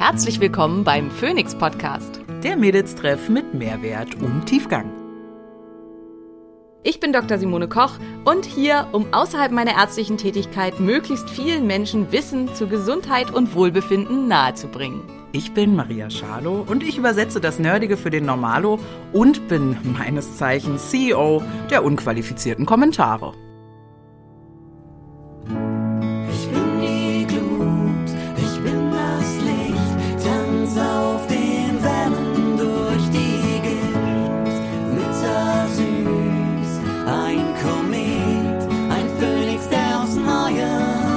Herzlich willkommen beim Phoenix Podcast. Der Mädels-Treff mit Mehrwert und Tiefgang. Ich bin Dr. Simone Koch und hier, um außerhalb meiner ärztlichen Tätigkeit möglichst vielen Menschen Wissen zu Gesundheit und Wohlbefinden nahezubringen. Ich bin Maria Schalow und ich übersetze das Nerdige für den Normalo und bin meines Zeichens CEO der unqualifizierten Kommentare. Ich bin die Glut, ich bin das Licht, tanz auf den Wellen durch die Gilt. Bittersüß, ein Komet, ein Phönix, der aufs Neue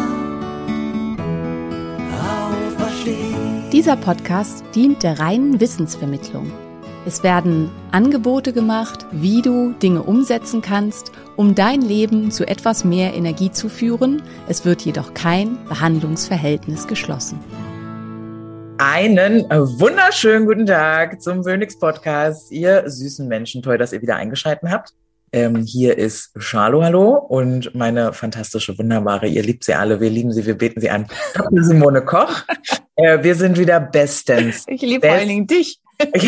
aufersteht. Dieser Podcast dient der reinen Wissensvermittlung. Es werden Angebote gemacht, wie du Dinge umsetzen kannst, um dein Leben zu etwas mehr Energie zu führen. Es wird jedoch kein Behandlungsverhältnis geschlossen. Einen wunderschönen guten Tag zum Phoenix Podcast, ihr süßen Menschen. Toll, dass ihr wieder eingeschaltet habt. Hier ist Schalow, hallo, und meine fantastische, wunderbare, ihr liebt sie alle, wir lieben sie, wir beten sie an, Dr. Simone Koch. Wir sind wieder bestens. Ich liebe vor allen Dingen dich.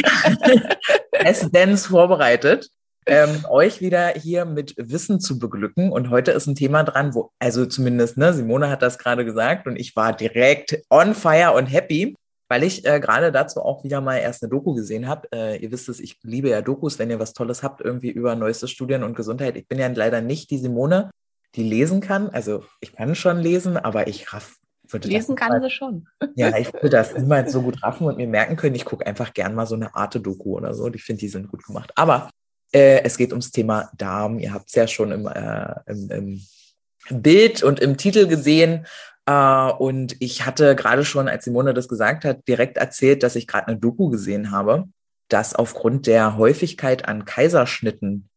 Bestens vorbereitet, euch wieder hier mit Wissen zu beglücken. Und heute ist ein Thema dran, wo, also zumindest, Simone hat das gerade gesagt und ich war direkt on fire und happy, weil ich gerade dazu auch wieder mal erst eine Doku gesehen habe. Ihr wisst es, ich liebe ja Dokus, wenn ihr was Tolles habt, irgendwie über neueste Studien und Gesundheit. Ich bin ja leider nicht die Simone, die lesen kann. Also ich kann schon lesen, aber ich lesen kann sie schon. Ja, ich würde das niemals so gut raffen und mir merken können. Ich gucke einfach gern mal so eine Arte-Doku oder so. Ich finde, die sind gut gemacht. Aber es geht ums Thema Darm. Ihr habt es ja schon im Bild und im Titel gesehen. Und ich hatte gerade schon, als Simone das gesagt hat, direkt erzählt, dass ich gerade eine Doku gesehen habe, dass aufgrund der Häufigkeit an Kaiserschnitten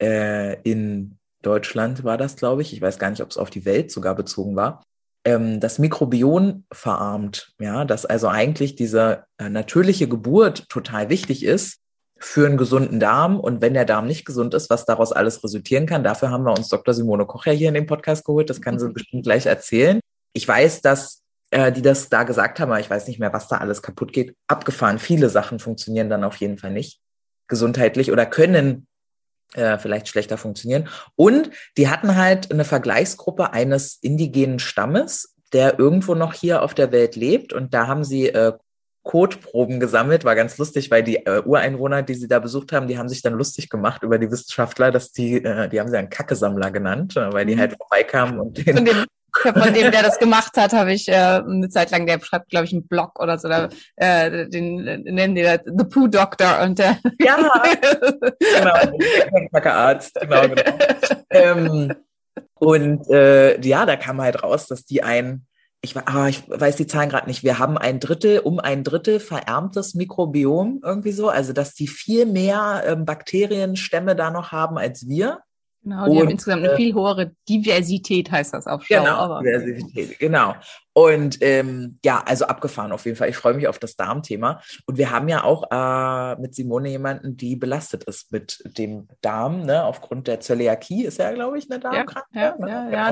in Deutschland war das, glaube ich weiß gar nicht, ob es auf die Welt sogar bezogen war, das Mikrobiom verarmt, ja, dass also eigentlich diese natürliche Geburt total wichtig ist für einen gesunden Darm, und wenn der Darm nicht gesund ist, was daraus alles resultieren kann, dafür haben wir uns Dr. Simone Koch ja hier in den Podcast geholt, das kann sie bestimmt gleich erzählen. Ich weiß, dass die das da gesagt haben, aber ich weiß nicht mehr, was da alles kaputt geht. Abgefahren, viele Sachen funktionieren dann auf jeden Fall nicht gesundheitlich oder können vielleicht schlechter funktionieren. Und die hatten halt eine Vergleichsgruppe eines indigenen Stammes, der irgendwo noch hier auf der Welt lebt. Und da haben sie Kotproben gesammelt. War ganz lustig, weil die Ureinwohner, die sie da besucht haben, die haben sich dann lustig gemacht über die Wissenschaftler, dass die haben sie einen Kackesammler genannt, weil die halt vorbeikamen und Von dem, der das gemacht hat, habe ich eine Zeit lang, der schreibt, glaube ich, einen Blog oder so, den nennen die das The Poo Doctor und der ja, genau, der Kackearzt, genau. Da kam halt raus, dass die ich weiß die Zahlen gerade nicht, wir haben ein Drittel verärmtes Mikrobiom irgendwie so, also dass die viel mehr Bakterienstämme da noch haben als wir. Genau, die haben insgesamt eine viel höhere Diversität, heißt das auf Schlau. Genau, Diversität, genau. Und also abgefahren auf jeden Fall. Ich freue mich auf das Darmthema. Und wir haben ja auch mit Simone jemanden, die belastet ist mit dem Darm, ne? Aufgrund der Zöliakie ist ja, glaube ich, eine Darmkrankheit.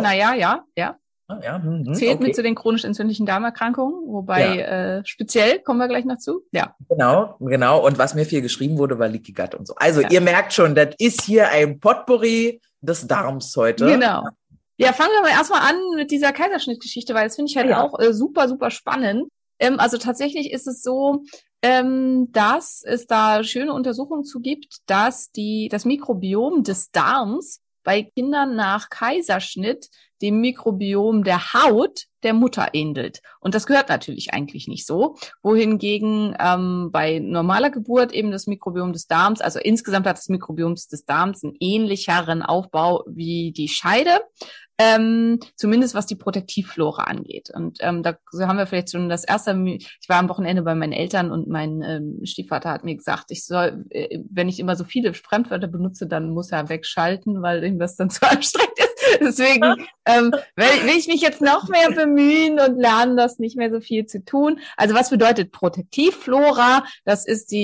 Zählt mit zu den chronisch entzündlichen Darmerkrankungen, wobei speziell, kommen wir gleich noch zu. Ja. Genau. Und was mir viel geschrieben wurde, war Leaky Gut und so. Also ihr merkt schon, das ist hier ein Potpourri des Darms heute. Genau. Ja, fangen wir mal erstmal an mit dieser Kaiserschnittgeschichte, weil das finde ich halt auch super, super spannend. Also tatsächlich ist es so, dass es da schöne Untersuchungen zu gibt, dass das Mikrobiom des Darms bei Kindern nach Kaiserschnitt dem Mikrobiom der Haut der Mutter ähnelt. Und das gehört natürlich eigentlich nicht so. Wohingegen bei normaler Geburt eben das Mikrobiom des Darms, also insgesamt hat das Mikrobiom des Darms einen ähnlicheren Aufbau wie die Scheide. Zumindest was die Protektivflora angeht. Und da haben wir vielleicht schon das erste, ich war am Wochenende bei meinen Eltern und mein Stiefvater hat mir gesagt, ich soll, wenn ich immer so viele Fremdwörter benutze, dann muss er wegschalten, weil ihm das dann zu anstrengend ist. Deswegen will ich mich jetzt noch mehr bemühen und lernen, das nicht mehr so viel zu tun. Also was bedeutet Protektivflora? Das ist die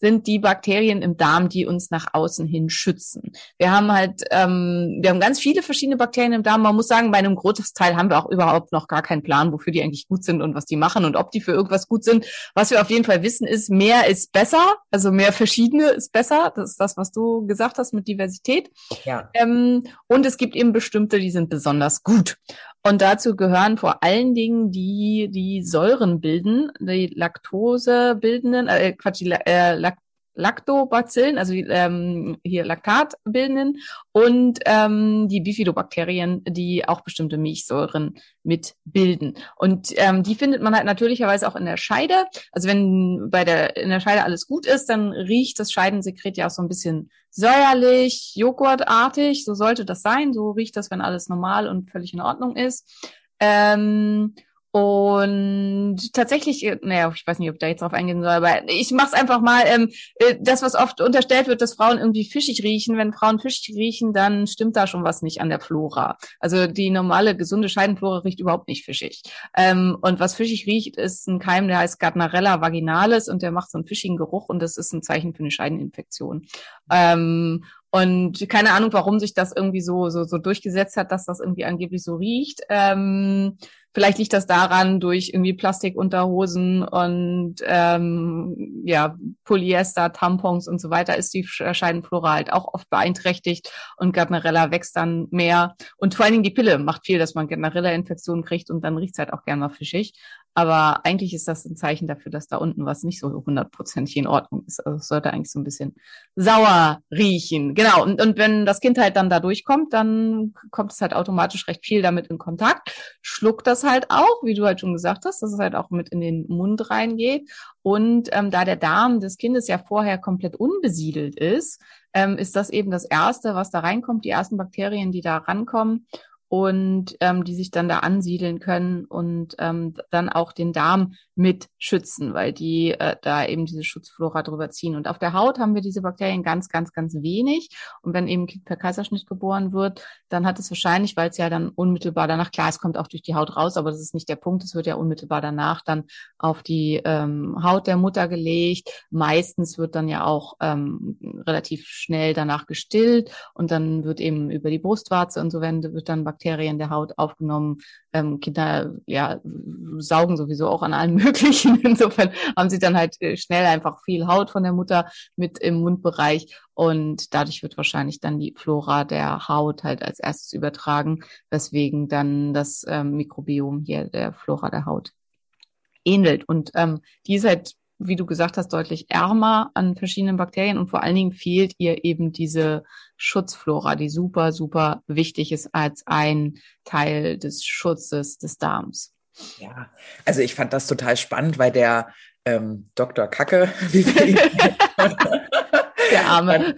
sind die Bakterien im Darm, die uns nach außen hin schützen. Wir haben ganz viele verschiedene Bakterien im Darm. Man muss sagen, bei einem Großteil haben wir auch überhaupt noch gar keinen Plan, wofür die eigentlich gut sind und was die machen und ob die für irgendwas gut sind. Was wir auf jeden Fall wissen ist, mehr ist besser, also mehr verschiedene ist besser. Das ist das, was du gesagt hast mit Diversität. Ja. Und es gibt eben bestimmte, die sind besonders gut. Und dazu gehören vor allen Dingen die Säuren bilden, die Laktose bildenden, Lactobacillen, also hier Laktat bildenden und die Bifidobakterien, die auch bestimmte Milchsäuren mit bilden. Und die findet man halt natürlicherweise auch in der Scheide. Also wenn in der Scheide alles gut ist, dann riecht das Scheidensekret ja auch so ein bisschen säuerlich, joghurtartig. So sollte das sein. So riecht das, wenn alles normal und völlig in Ordnung ist. Und tatsächlich, ich weiß nicht, ob ich da jetzt drauf eingehen soll, aber ich mach's einfach mal. Das, was oft unterstellt wird, dass Frauen irgendwie fischig riechen. Wenn Frauen fischig riechen, dann stimmt da schon was nicht an der Flora. Also die normale, gesunde Scheidenflora riecht überhaupt nicht fischig. Und was fischig riecht, ist ein Keim, der heißt Gardnerella vaginalis und der macht so einen fischigen Geruch und das ist ein Zeichen für eine Scheideninfektion. Und keine Ahnung, warum sich das irgendwie so durchgesetzt hat, dass das irgendwie angeblich so riecht. Vielleicht liegt das daran, durch irgendwie Plastikunterhosen und Polyester, Tampons und so weiter ist die Scheidenflora halt auch oft beeinträchtigt und Gardnerella wächst dann mehr. Und vor allen Dingen die Pille macht viel, dass man Gardnerella-Infektionen kriegt und dann riecht's halt auch gern mal fischig. Aber eigentlich ist das ein Zeichen dafür, dass da unten was nicht so 100% in Ordnung ist. Also es sollte eigentlich so ein bisschen sauer riechen. Genau. Und wenn das Kind halt dann da durchkommt, dann kommt es halt automatisch recht viel damit in Kontakt, schluckt das halt auch, wie du halt schon gesagt hast, dass es halt auch mit in den Mund reingeht. Und da der Darm des Kindes ja vorher komplett unbesiedelt ist das eben das Erste, was da reinkommt, die ersten Bakterien, die da rankommen und die sich dann da ansiedeln können und dann auch den Darm mit schützen, weil die da eben diese Schutzflora drüber ziehen. Und auf der Haut haben wir diese Bakterien ganz, ganz, ganz wenig. Und wenn eben ein Kind per Kaiserschnitt geboren wird, dann hat es wahrscheinlich, weil es ja dann unmittelbar danach, klar, es kommt auch durch die Haut raus, aber das ist nicht der Punkt, es wird ja unmittelbar danach dann auf die Haut der Mutter gelegt. Meistens wird dann ja auch relativ schnell danach gestillt und dann wird eben über die Brustwarze und so wird dann Bakterien der Haut aufgenommen. Kinder saugen sowieso auch an allen möglichen. Insofern haben sie dann halt schnell einfach viel Haut von der Mutter mit im Mundbereich und dadurch wird wahrscheinlich dann die Flora der Haut halt als erstes übertragen, weswegen dann das Mikrobiom hier der Flora der Haut ähnelt. Und die ist halt, wie du gesagt hast, deutlich ärmer an verschiedenen Bakterien und vor allen Dingen fehlt ihr eben diese Schutzflora, die super, super wichtig ist als ein Teil des Schutzes des Darms. Ja, also ich fand das total spannend, weil der Dr. Kacke, wie wir ihn der Arme.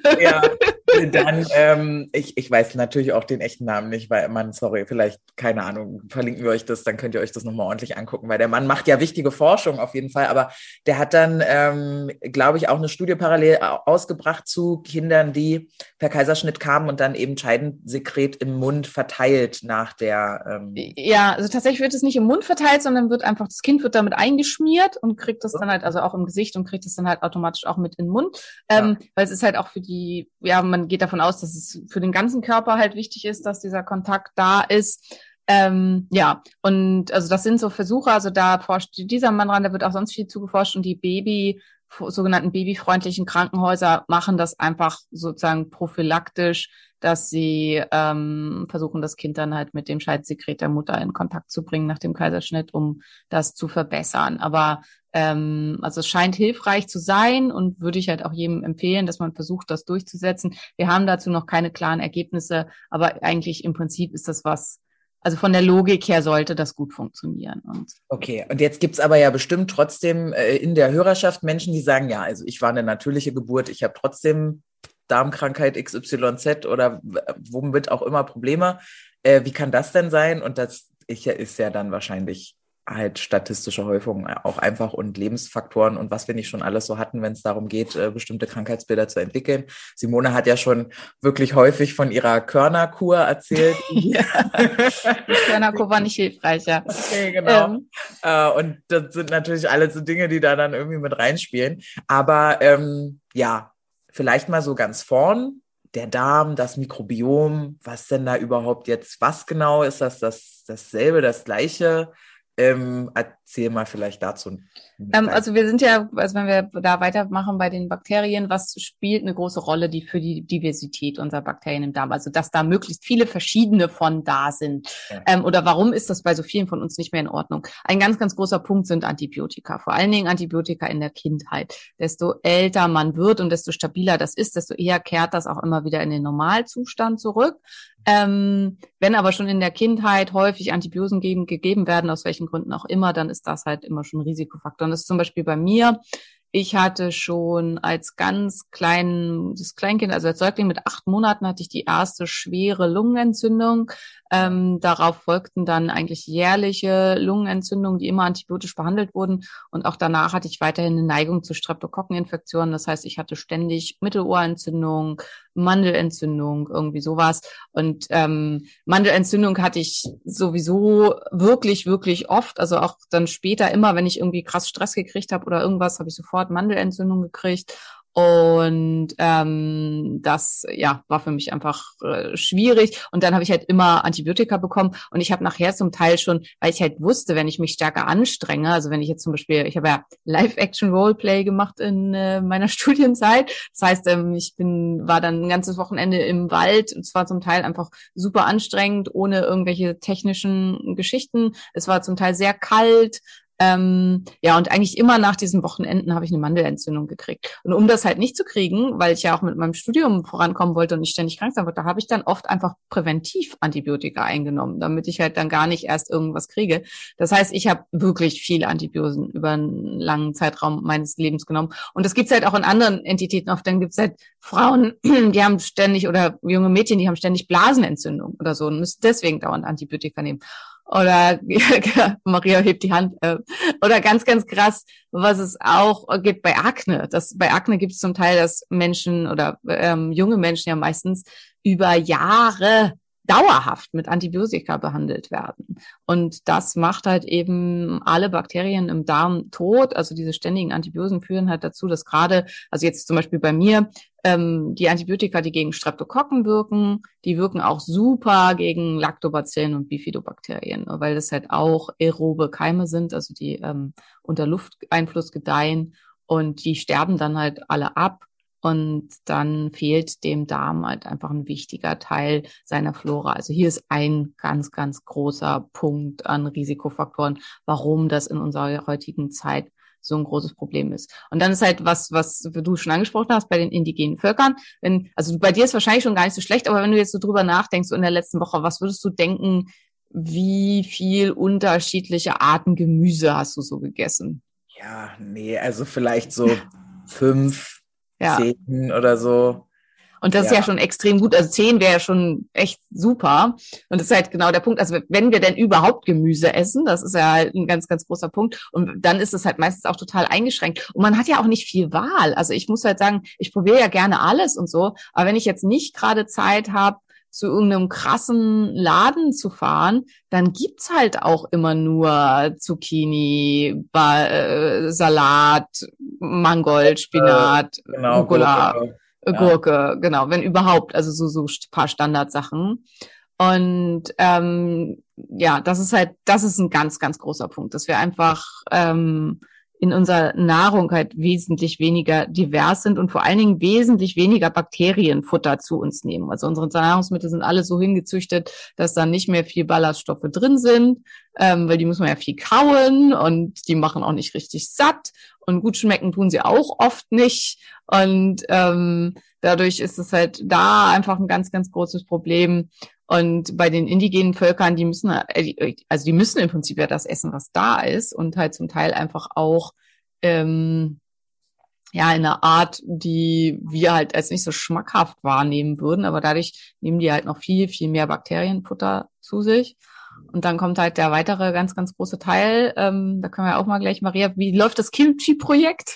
Ich weiß natürlich auch den echten Namen nicht, weil vielleicht, keine Ahnung, verlinken wir euch das, dann könnt ihr euch das nochmal ordentlich angucken, weil der Mann macht ja wichtige Forschung auf jeden Fall, aber der hat dann, glaube ich, auch eine Studie parallel ausgebracht zu Kindern, die per Kaiserschnitt kamen und dann eben Scheidensekret im Mund verteilt nach der... Ja, also tatsächlich wird es nicht im Mund verteilt, sondern das Kind wird damit eingeschmiert und kriegt das dann halt, also auch im Gesicht und kriegt das dann halt automatisch auch mit in den Mund, weil es ist halt auch für die, man geht davon aus, dass es für den ganzen Körper halt wichtig ist, dass dieser Kontakt da ist. Und also das sind so Versuche, also da forscht dieser Mann dran, da wird auch sonst viel zugeforscht und die sogenannten babyfreundlichen Krankenhäuser machen das einfach sozusagen prophylaktisch, dass sie versuchen, das Kind dann halt mit dem Scheidsekret der Mutter in Kontakt zu bringen nach dem Kaiserschnitt, um das zu verbessern. Aber also es scheint hilfreich zu sein und würde ich halt auch jedem empfehlen, dass man versucht, das durchzusetzen. Wir haben dazu noch keine klaren Ergebnisse, aber eigentlich im Prinzip ist das also von der Logik her sollte das gut funktionieren. Okay, und jetzt gibt's aber ja bestimmt trotzdem in der Hörerschaft Menschen, die sagen, ja, also ich war eine natürliche Geburt, ich habe trotzdem Darmkrankheit XYZ oder womit auch immer Probleme. Wie kann das denn sein? Und das ist ja dann wahrscheinlich halt statistische Häufungen auch einfach und Lebensfaktoren und was wir nicht schon alles so hatten, wenn es darum geht, bestimmte Krankheitsbilder zu entwickeln. Simone hat ja schon wirklich häufig von ihrer Körnerkur erzählt. Die Körnerkur war nicht hilfreich, ja. Okay, genau. Und das sind natürlich alles so Dinge, die da dann irgendwie mit reinspielen. Aber ja, vielleicht mal so ganz vorn. Der Darm, das Mikrobiom, was denn da überhaupt jetzt, was genau ist dasselbe, das Gleiche? Erzähl mal vielleicht dazu. Also wir sind ja, also wenn wir da weitermachen bei den Bakterien, was spielt eine große Rolle für die Diversität unserer Bakterien im Darm? Also dass da möglichst viele verschiedene von da sind. Ja. Oder warum ist das bei so vielen von uns nicht mehr in Ordnung? Ein ganz, ganz großer Punkt sind Antibiotika. Vor allen Dingen Antibiotika in der Kindheit. Desto älter man wird und desto stabiler das ist, desto eher kehrt das auch immer wieder in den Normalzustand zurück. Wenn aber schon in der Kindheit häufig Antibiosen gegeben werden, aus welchen Gründen auch immer, dann ist das halt immer schon ein Risikofaktor. Und das ist zum Beispiel bei mir. Ich hatte schon als ganz kleines Kleinkind, also als Säugling mit 8 Monaten, hatte ich die erste schwere Lungenentzündung. Darauf folgten dann eigentlich jährliche Lungenentzündungen, die immer antibiotisch behandelt wurden. Und auch danach hatte ich weiterhin eine Neigung zu Streptokokkeninfektionen. Das heißt, ich hatte ständig Mittelohrentzündung, Mandelentzündung, irgendwie sowas. Und Mandelentzündung hatte ich sowieso wirklich, wirklich oft. Also auch dann später immer, wenn ich irgendwie krass Stress gekriegt habe oder irgendwas, habe ich sofort Mandelentzündung gekriegt. Und das war für mich einfach schwierig. Und dann habe ich halt immer Antibiotika bekommen. Und ich habe nachher zum Teil schon, weil ich halt wusste, wenn ich mich stärker anstrenge, also wenn ich jetzt zum Beispiel, ich habe ja Live-Action-Roleplay gemacht in meiner Studienzeit. Das heißt, war dann ein ganzes Wochenende im Wald. Und zwar zum Teil einfach super anstrengend, ohne irgendwelche technischen Geschichten. Es war zum Teil sehr kalt. Und eigentlich immer nach diesen Wochenenden habe ich eine Mandelentzündung gekriegt. Und um das halt nicht zu kriegen, weil ich ja auch mit meinem Studium vorankommen wollte und nicht ständig krank sein wollte, habe ich dann oft einfach präventiv Antibiotika eingenommen, damit ich halt dann gar nicht erst irgendwas kriege. Das heißt, ich habe wirklich viele Antibiosen über einen langen Zeitraum meines Lebens genommen. Und das gibt's halt auch in anderen Entitäten. Oft dann gibt's halt Frauen, die haben ständig, oder junge Mädchen, die haben ständig Blasenentzündung oder so und müssen deswegen dauernd Antibiotika nehmen. Oder Maria hebt die Hand. Oder ganz, ganz krass, was es auch gibt bei Akne. Bei Akne gibt es zum Teil, dass Menschen oder junge Menschen ja meistens über Jahre dauerhaft mit Antibiotika behandelt werden. Und das macht halt eben alle Bakterien im Darm tot. Also diese ständigen Antibiosen führen halt dazu, dass gerade, also jetzt zum Beispiel bei mir, die Antibiotika, die gegen Streptokokken wirken, die wirken auch super gegen Lactobacillen und Bifidobakterien, weil das halt auch aerobe Keime sind, also die unter Lufteinfluss gedeihen und die sterben dann halt alle ab. Und dann fehlt dem Darm halt einfach ein wichtiger Teil seiner Flora. Also hier ist ein ganz, ganz großer Punkt an Risikofaktoren, warum das in unserer heutigen Zeit so ein großes Problem ist. Und dann ist halt was du schon angesprochen hast bei den indigenen Völkern. Also bei dir ist wahrscheinlich schon gar nicht so schlecht, aber wenn du jetzt so drüber nachdenkst, so in der letzten Woche, was würdest du denken, wie viel unterschiedliche Arten Gemüse hast du so gegessen? Ja, nee, also vielleicht so 5, 10 oder so. Und das ist ja schon extrem gut. Also 10 wäre ja schon echt super. Und das ist halt genau der Punkt. Also wenn wir denn überhaupt Gemüse essen, das ist ja halt ein ganz, ganz großer Punkt. Und dann ist es halt meistens auch total eingeschränkt. Und man hat ja auch nicht viel Wahl. Also ich muss halt sagen, ich probiere ja gerne alles und so. Aber wenn ich jetzt nicht gerade Zeit habe, zu irgendeinem krassen Laden zu fahren, dann gibt's halt auch immer nur Zucchini, Salat, Mangold, Spinat, Rucola, Gurke, genau, wenn überhaupt, also so ein paar Standardsachen. Und das ist ein ganz, ganz großer Punkt, dass wir einfach in unserer Nahrung halt wesentlich weniger divers sind und vor allen Dingen wesentlich weniger Bakterienfutter zu uns nehmen. Also unsere Nahrungsmittel sind alle so hingezüchtet, dass da nicht mehr viel Ballaststoffe drin sind, weil die muss man ja viel kauen und die machen auch nicht richtig satt und gut schmecken tun sie auch oft nicht. Und dadurch ist es halt da einfach ein ganz, ganz großes Problem. Und bei den indigenen Völkern, die müssen im Prinzip ja das essen, was da ist und halt zum Teil einfach auch in einer Art, die wir halt als nicht so schmackhaft wahrnehmen würden, aber dadurch nehmen die halt noch viel, viel mehr Bakterienfutter zu sich. Und dann kommt halt der weitere ganz, ganz große Teil. Da können wir auch mal gleich, Maria, wie läuft das Kimchi-Projekt?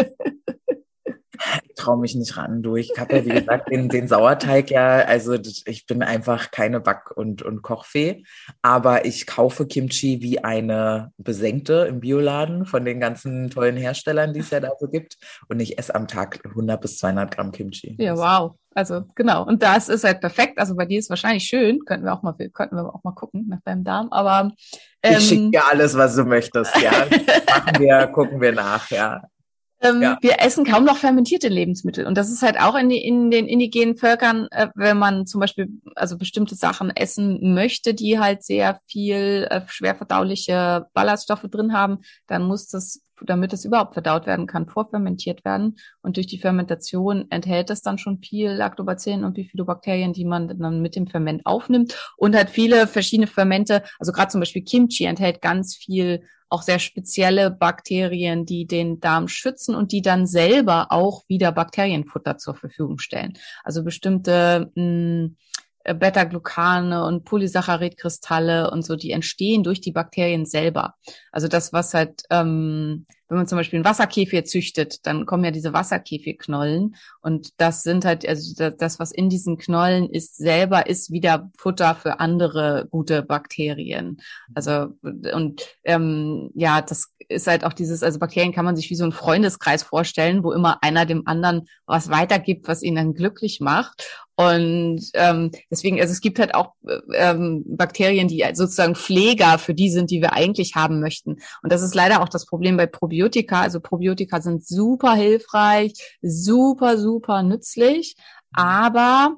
Ich traue mich nicht ran, du. Ich habe ja, wie gesagt, den Sauerteig ja, also ich bin einfach keine Back- und Kochfee, aber ich kaufe Kimchi wie eine Besenkte im Bioladen von den ganzen tollen Herstellern, die es ja da so gibt, und ich esse am Tag 100 bis 200 Gramm Kimchi. Ja, wow. Also genau. Und das ist halt perfekt. Also bei dir ist wahrscheinlich schön. Könnten wir auch mal gucken nach deinem Darm. Aber ich schicke dir alles, was du möchtest, ja. Gucken wir nach, ja. Wir essen kaum noch fermentierte Lebensmittel. Und das ist halt auch in den indigenen Völkern, wenn man zum Beispiel also bestimmte Sachen essen möchte, die halt sehr viel schwer verdauliche Ballaststoffe drin haben, dann muss das, damit es überhaupt verdaut werden kann, vorfermentiert werden. Und durch die Fermentation enthält es dann schon viel Lactobacillen und Bifidobakterien, die man dann mit dem Ferment aufnimmt. Und hat viele verschiedene Fermente, also gerade zum Beispiel Kimchi enthält ganz viel auch sehr spezielle Bakterien, die den Darm schützen und die dann selber auch wieder Bakterienfutter zur Verfügung stellen. Also bestimmte Beta-Glucane und Polysaccharidkristalle und so, die entstehen durch die Bakterien selber. Also das, was halt, wenn man zum Beispiel einen Wasserkäfig züchtet, dann kommen ja diese Wasserkäfigknollen und das sind halt, also das, was in diesen Knollen ist, selber ist wieder Futter für andere gute Bakterien. Also und ja, das ist halt auch dieses, also Bakterien kann man sich wie so einen Freundeskreis vorstellen, wo immer einer dem anderen was weitergibt, was ihn dann glücklich macht. Und deswegen, also es gibt halt auch Bakterien, die sozusagen Pfleger für die sind, die wir eigentlich haben möchten. Und das ist leider auch das Problem bei Probiotika. Also Probiotika sind super hilfreich, super, super nützlich, aber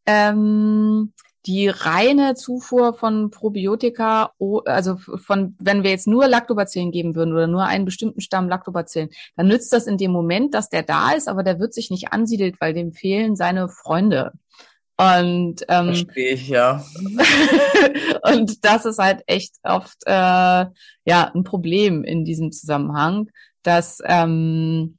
die reine Zufuhr von Probiotika, also wenn wir jetzt nur Lactobacillen geben würden oder nur einen bestimmten Stamm Lactobacillen, dann nützt das in dem Moment, dass der da ist, aber der wird sich nicht ansiedeln, weil dem fehlen seine Freunde. Und verstehe ich, ja. und das ist halt echt oft ja ein Problem in diesem Zusammenhang, dass also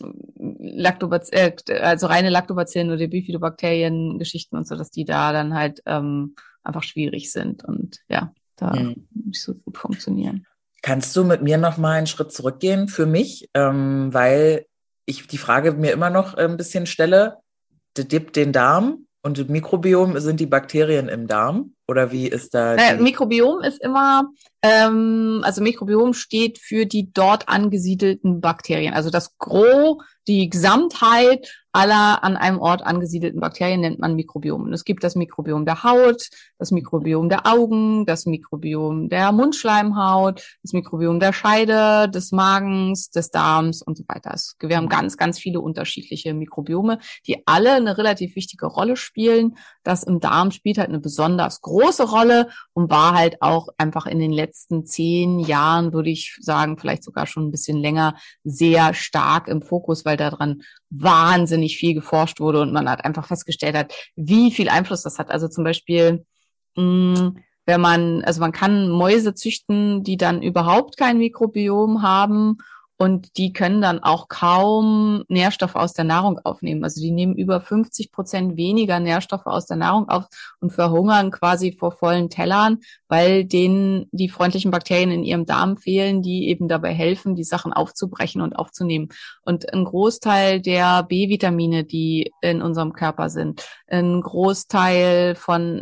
reine Lactobacillen oder Bifidobakterien-Geschichten und so, dass die da dann halt einfach schwierig sind und ja, da nicht so gut funktionieren. Kannst du mit mir noch mal einen Schritt zurückgehen für mich, weil ich die Frage mir immer noch ein bisschen stelle, den Darm und das Mikrobiom, sind die Bakterien im Darm? Oder wie ist da? Mikrobiom ist immer, also Mikrobiom steht für die dort angesiedelten Bakterien. Also das Gros, die Gesamtheit aller an einem Ort angesiedelten Bakterien nennt man Mikrobiom. Und es gibt das Mikrobiom der Haut, das Mikrobiom der Augen, das Mikrobiom der Mundschleimhaut, das Mikrobiom der Scheide, des Magens, des Darms und so weiter. Wir haben ganz, ganz viele unterschiedliche Mikrobiome, die alle eine relativ wichtige Rolle spielen. Das im Darm spielt halt eine besonders große Rolle und war halt auch einfach in den letzten 10 Jahren, würde ich sagen, vielleicht sogar schon ein bisschen länger, sehr stark im Fokus, weil daran wahnsinnig viel geforscht wurde und man hat einfach festgestellt wie viel Einfluss das hat. Also zum Beispiel, wenn man kann Mäuse züchten, die dann überhaupt kein Mikrobiom haben und die können dann auch kaum Nährstoffe aus der Nahrung aufnehmen. Also die nehmen über 50% weniger Nährstoffe aus der Nahrung auf und verhungern quasi vor vollen Tellern, weil denen die freundlichen Bakterien in ihrem Darm fehlen, die eben dabei helfen, die Sachen aufzubrechen und aufzunehmen. Und ein Großteil der B-Vitamine, die in unserem Körper sind, ein Großteil von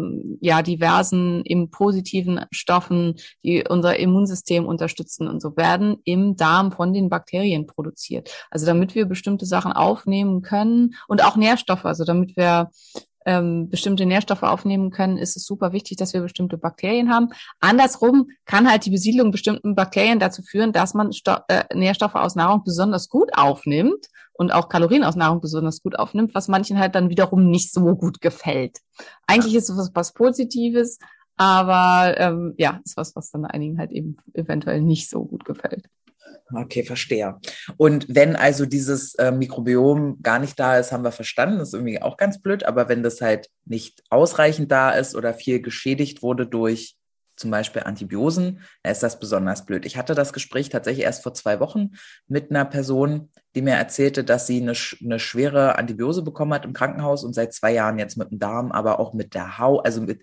diversen eben positiven Stoffen, die unser Immunsystem unterstützen und so, werden im Darm von den Bakterien produziert. Also damit wir bestimmte Sachen aufnehmen können und auch Nährstoffe, also damit wir bestimmte Nährstoffe aufnehmen können, ist es super wichtig, dass wir bestimmte Bakterien haben. Andersrum kann halt die Besiedlung bestimmten Bakterien dazu führen, dass man Nährstoffe aus Nahrung besonders gut aufnimmt und auch Kalorien aus Nahrung besonders gut aufnimmt, was manchen halt dann wiederum nicht so gut gefällt. Eigentlich ist es was Positives, aber ist was dann einigen halt eben eventuell nicht so gut gefällt. Okay, verstehe. Und wenn also dieses Mikrobiom gar nicht da ist, haben wir verstanden, das ist irgendwie auch ganz blöd, aber wenn das halt nicht ausreichend da ist oder viel geschädigt wurde durch zum Beispiel Antibiosen, dann ist das besonders blöd. Ich hatte das Gespräch tatsächlich erst vor 2 Wochen mit einer Person, die mir erzählte, dass sie eine schwere Antibiose bekommen hat im Krankenhaus und seit 2 Jahren jetzt mit dem Darm, aber auch mit der Haut, also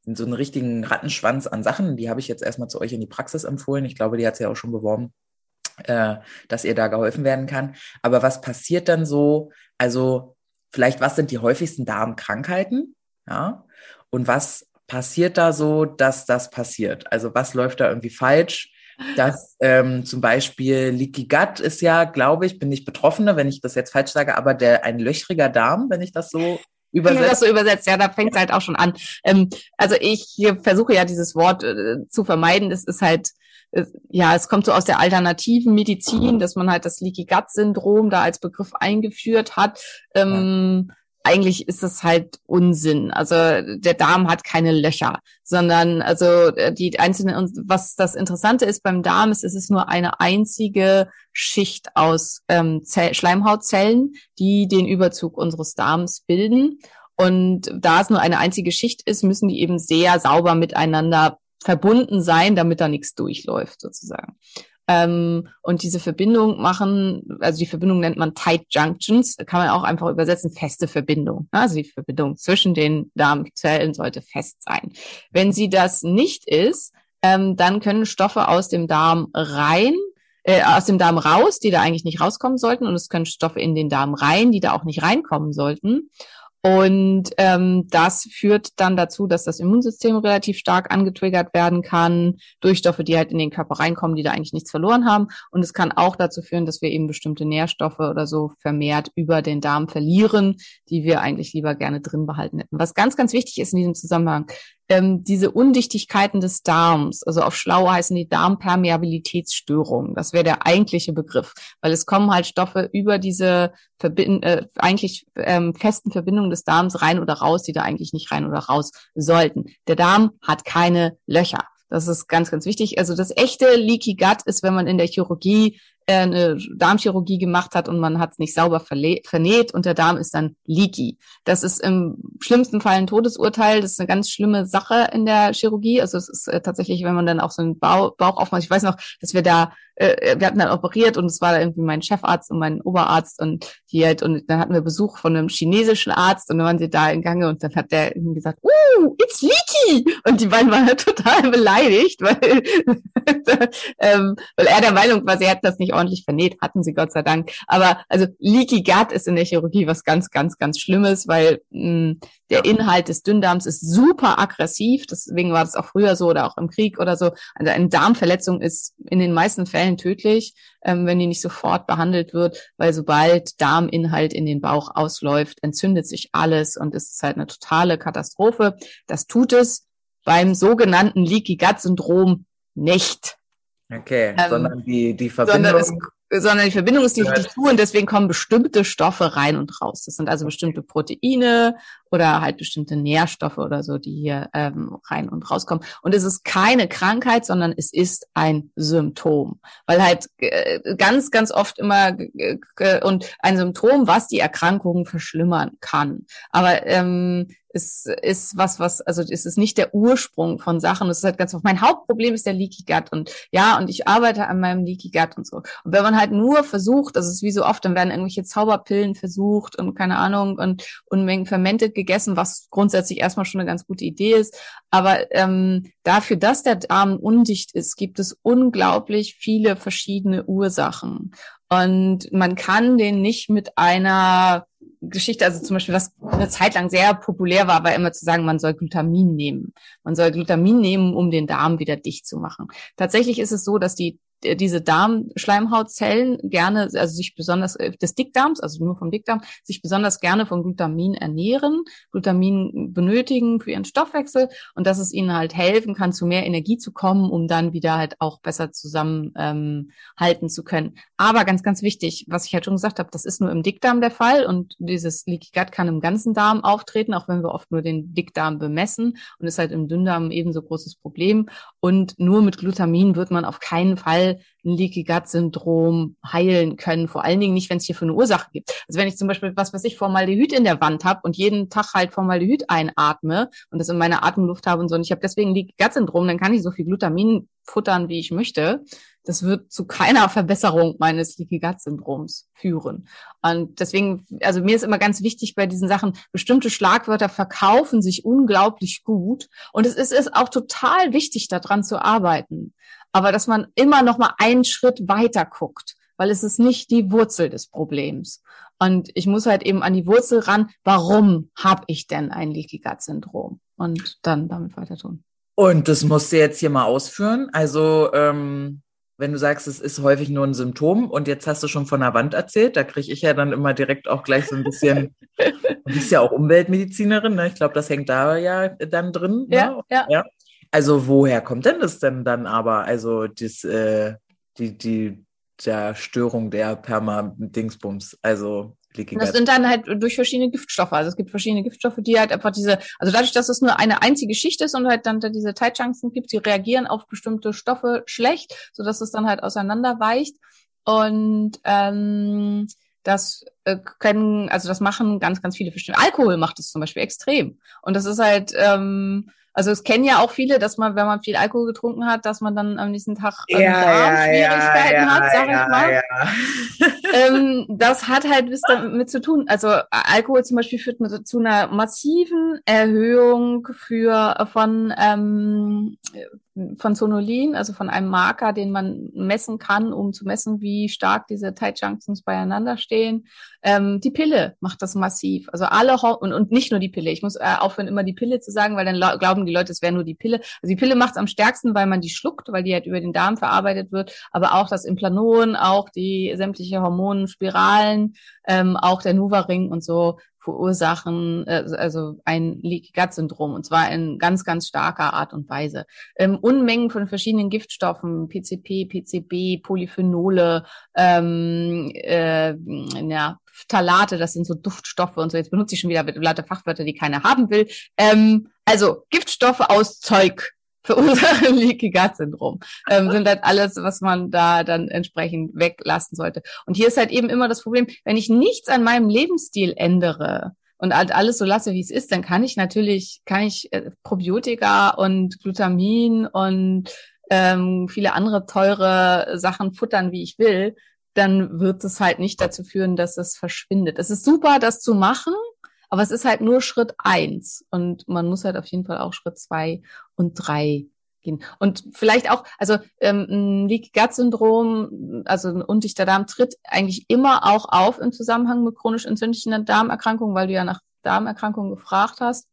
so einen richtigen Rattenschwanz an Sachen. Die habe ich jetzt erstmal zu euch in die Praxis empfohlen. Ich glaube, die hat sie ja auch schon beworben, dass ihr da geholfen werden kann. Aber was passiert dann so? Also vielleicht, was sind die häufigsten Darmkrankheiten? Ja. Und was passiert da so, dass das passiert? Also was läuft da irgendwie falsch? Dass zum Beispiel Leaky Gut ist ja, glaube ich, bin nicht Betroffene, wenn ich das jetzt falsch sage, aber ein löchriger Darm, wenn ich das so Wenn du das so übersetzt, ja, da fängt es halt auch schon an. Also ich versuche ja dieses Wort zu vermeiden. Das ist halt, es kommt so aus der alternativen Medizin, dass man halt das Leaky Gut Syndrom da als Begriff eingeführt hat. Eigentlich ist es halt Unsinn. Also der Darm hat keine Löcher, sondern also die einzelnen, und was das Interessante ist beim Darm ist, es ist nur eine einzige Schicht aus Schleimhautzellen, die den Überzug unseres Darms bilden. Und da es nur eine einzige Schicht ist, müssen die eben sehr sauber miteinander verbunden sein, damit da nichts durchläuft sozusagen. Und diese Verbindung also die Verbindung nennt man Tight Junctions, kann man auch einfach übersetzen, feste Verbindung. Also die Verbindung zwischen den Darmzellen sollte fest sein. Wenn sie das nicht ist, dann können Stoffe aus dem Darm aus dem Darm raus, die da eigentlich nicht rauskommen sollten, und es können Stoffe in den Darm rein, die da auch nicht reinkommen sollten. Und das führt dann dazu, dass das Immunsystem relativ stark angetriggert werden kann durch Stoffe, die halt in den Körper reinkommen, die da eigentlich nichts verloren haben. Und es kann auch dazu führen, dass wir eben bestimmte Nährstoffe oder so vermehrt über den Darm verlieren, die wir eigentlich lieber gerne drin behalten hätten. Was ganz, ganz wichtig ist in diesem Zusammenhang, diese Undichtigkeiten des Darms, also auf Schlau heißen die Darmpermeabilitätsstörungen. Das wäre der eigentliche Begriff, weil es kommen halt Stoffe über diese festen Verbindungen des Darms rein oder raus, die da eigentlich nicht rein oder raus sollten. Der Darm hat keine Löcher. Das ist ganz, ganz wichtig. Also das echte Leaky Gut ist, wenn man in der Chirurgie eine Darmchirurgie gemacht hat und man hat es nicht sauber vernäht und der Darm ist dann leaky. Das ist im schlimmsten Fall ein Todesurteil. Das ist eine ganz schlimme Sache in der Chirurgie. Also es ist tatsächlich, wenn man dann auch so einen Bauch aufmacht. Ich weiß noch, dass wir hatten dann operiert und es war da irgendwie mein Chefarzt und mein Oberarzt und dann hatten wir Besuch von einem chinesischen Arzt und dann waren sie da in Gange und dann hat der gesagt, it's leaky! Und die beiden waren halt total beleidigt, weil er der Meinung war, sie hätten das nicht ordentlich vernäht, hatten sie Gott sei Dank. Aber also Leaky Gut ist in der Chirurgie was ganz, ganz, ganz Schlimmes, weil der Inhalt des Dünndarms ist super aggressiv. Deswegen war das auch früher so oder auch im Krieg oder so. Also eine Darmverletzung ist in den meisten Fällen tödlich, wenn die nicht sofort behandelt wird, weil sobald Darminhalt in den Bauch ausläuft, entzündet sich alles und es ist halt eine totale Katastrophe. Das tut es beim sogenannten Leaky Gut Syndrom nicht. Okay, sondern die Verbindung. Sondern die Verbindung ist nicht zu und deswegen kommen bestimmte Stoffe rein und raus. Das sind also bestimmte Proteine oder halt bestimmte Nährstoffe oder so, die hier rein und rauskommen. Und es ist keine Krankheit, sondern es ist ein Symptom. Weil halt ganz, ganz oft immer und ein Symptom, was die Erkrankungen verschlimmern kann. Aber es ist also es ist nicht der Ursprung von Sachen. Es ist halt ganz oft, mein Hauptproblem ist der Leaky Gut und ich arbeite an meinem Leaky Gut und so. Und wenn man halt nur versucht, das ist wie so oft, dann werden irgendwelche Zauberpillen versucht und keine Ahnung und Unmengen fermentet gegessen, was grundsätzlich erstmal schon eine ganz gute Idee ist. Aber dafür, dass der Darm undicht ist, gibt es unglaublich viele verschiedene Ursachen. Und man kann den nicht mit einer Geschichte, also zum Beispiel, was eine Zeit lang sehr populär war immer zu sagen, man soll Glutamin nehmen. Man soll Glutamin nehmen, um den Darm wieder dicht zu machen. Tatsächlich ist es so, dass diese Darmschleimhautzellen gerne, also sich besonders des Dickdarms, also nur vom Dickdarm, sich besonders gerne von Glutamin ernähren, Glutamin benötigen für ihren Stoffwechsel und dass es ihnen halt helfen kann, zu mehr Energie zu kommen, um dann wieder halt auch besser zusammen halten zu können. Aber ganz, ganz wichtig, was ich halt schon gesagt habe, das ist nur im Dickdarm der Fall und dieses Leaky Gut kann im ganzen Darm auftreten, auch wenn wir oft nur den Dickdarm bemessen und ist halt im Dünndarm ein ebenso großes Problem. Und nur mit Glutamin wird man auf keinen Fall Fall ein Leaky Gut Syndrom heilen können. Vor allen Dingen nicht, wenn es hierfür eine Ursache gibt. Also wenn ich zum Beispiel, was weiß ich, Formaldehyd in der Wand habe und jeden Tag halt Formaldehyd einatme und das in meiner Atemluft habe und so, und ich habe deswegen Leaky Gut Syndrom, dann kann ich so viel Glutamin futtern, wie ich möchte. Das wird zu keiner Verbesserung meines Leaky Gut Syndroms führen. Und deswegen, also mir ist immer ganz wichtig bei diesen Sachen, bestimmte Schlagwörter verkaufen sich unglaublich gut. Und es ist auch total wichtig, daran zu arbeiten. Aber dass man immer noch mal einen Schritt weiter guckt, weil es ist nicht die Wurzel des Problems. Und ich muss halt eben an die Wurzel ran, warum habe ich denn ein Leaky Gut Syndrom? Und dann damit weiter tun. Und das musst du jetzt hier mal ausführen. Also, wenn du sagst, es ist häufig nur ein Symptom und jetzt hast du schon von der Wand erzählt, da kriege ich ja dann immer direkt auch gleich so ein bisschen, du bist ja auch Umweltmedizinerin, ne? Ich glaube, das hängt da ja dann drin. Ja, ne? ja. Also woher kommt denn das denn dann aber? Also der Störung der Perma-Dingsbums, also Leaky Das Gut. sind dann halt durch verschiedene Giftstoffe. Also es gibt verschiedene Giftstoffe, die halt einfach also dadurch, dass es nur eine einzige Schicht ist und halt dann da diese Tight Junctions gibt, die reagieren auf bestimmte Stoffe schlecht, sodass es dann halt auseinanderweicht. Und das machen ganz, ganz viele verschiedene. Alkohol macht es zum Beispiel extrem. Und das ist halt, also es kennen ja auch viele, dass man, wenn man viel Alkohol getrunken hat, dass man dann am nächsten Tag Darmschwierigkeiten hat, sag ich mal. Ja. Das hat halt was damit zu tun. Also Alkohol zum Beispiel führt zu einer massiven Erhöhung von Zonulin, also von einem Marker, den man messen kann, um zu messen, wie stark diese Tight Junctions beieinander stehen. Die Pille macht das massiv. Also und nicht nur die Pille. Ich muss aufhören, immer die Pille zu sagen, weil dann glauben die Leute, es wäre nur die Pille. Also die Pille macht es am stärksten, weil man die schluckt, weil die halt über den Darm verarbeitet wird. Aber auch das Implanon, auch die sämtliche Hormonspiralen, auch der NuvaRing und so verursachen also ein Leaky Gut Syndrom, und zwar in ganz, ganz starker Art und Weise. Unmengen von verschiedenen Giftstoffen, PCP, PCB, Polyphenole, Phthalate, das sind so Duftstoffe und so. Jetzt benutze ich schon wieder lauter Fachwörter, die keiner haben will. Also Giftstoffe aus Zeug verursachen Leaky Gut Syndrom. Sind halt alles, was man da dann entsprechend weglassen sollte. Und hier ist halt eben immer das Problem, wenn ich nichts an meinem Lebensstil ändere und halt alles so lasse, wie es ist, dann kann ich Probiotika und Glutamin und viele andere teure Sachen futtern, wie ich will, dann wird es halt nicht dazu führen, dass es verschwindet. Es ist super, das zu machen, aber es ist halt nur Schritt 1 und man muss halt auf jeden Fall auch Schritt 2 und 3 gehen. Und vielleicht auch, also Leaky Gut Syndrom, also ein undichter Darm tritt eigentlich immer auch auf im Zusammenhang mit chronisch entzündlichen Darmerkrankungen, weil du ja nach Darmerkrankungen gefragt hast.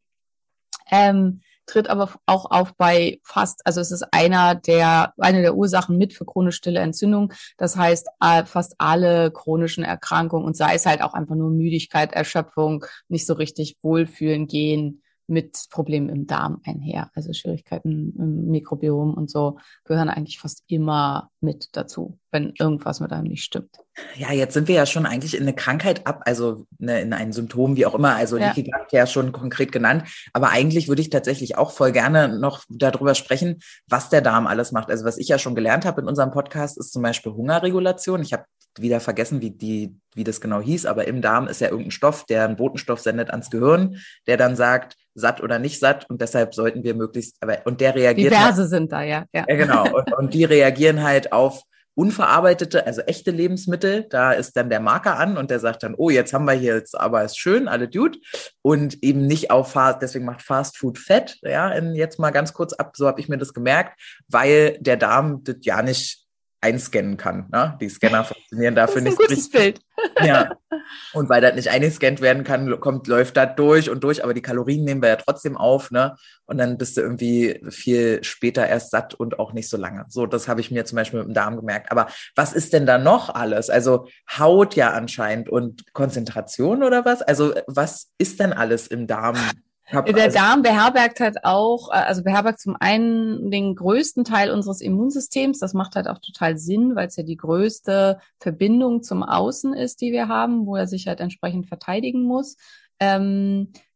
Tritt aber auch auf bei also es ist eine der Ursachen mit für chronisch stille Entzündung. Das heißt, fast alle chronischen Erkrankungen, und sei es halt auch einfach nur Müdigkeit, Erschöpfung, nicht so richtig wohlfühlen, gehen mit Problemen im Darm einher. Also Schwierigkeiten im Mikrobiom und so gehören eigentlich fast immer mit dazu, wenn irgendwas mit einem nicht stimmt. Ja, jetzt sind wir ja schon eigentlich in eine Krankheit also in ein Symptom, wie auch immer. Also Leaky Gut ja schon konkret genannt. Aber eigentlich würde ich tatsächlich auch voll gerne noch darüber sprechen, was der Darm alles macht. Also was ich ja schon gelernt habe in unserem Podcast, ist zum Beispiel Hungerregulation. Ich habe wieder vergessen, wie das genau hieß, aber im Darm ist ja irgendein Stoff, der einen Botenstoff sendet ans Gehirn, der dann sagt, satt oder nicht satt, und deshalb sollten wir und der reagiert. Diverse sind da, ja. Ja, genau. Und die reagieren halt auf unverarbeitete, also echte Lebensmittel. Da ist dann der Marker an und der sagt dann, oh, jetzt haben wir hier jetzt, aber ist schön, alle gut. Und eben nicht auf deswegen macht Fast Food fett, ja, jetzt mal ganz kurz ab, so habe ich mir das gemerkt, weil der Darm das ja nicht einscannen kann. Ne? Die Scanner funktionieren dafür nicht. Das ist ein gutes Bild. Ja. Und weil das nicht eingescannt werden kann, läuft das durch und durch, aber die Kalorien nehmen wir ja trotzdem auf, ne? Und dann bist du irgendwie viel später erst satt und auch nicht so lange. So, das habe ich mir zum Beispiel mit dem Darm gemerkt. Aber was ist denn da noch alles? Also Haut ja anscheinend und Konzentration oder was? Also was ist denn alles im Darm? Der Darm beherbergt halt auch, also beherbergt zum einen den größten Teil unseres Immunsystems. Das macht halt auch total Sinn, weil es ja die größte Verbindung zum Außen ist, die wir haben, wo er sich halt entsprechend verteidigen muss.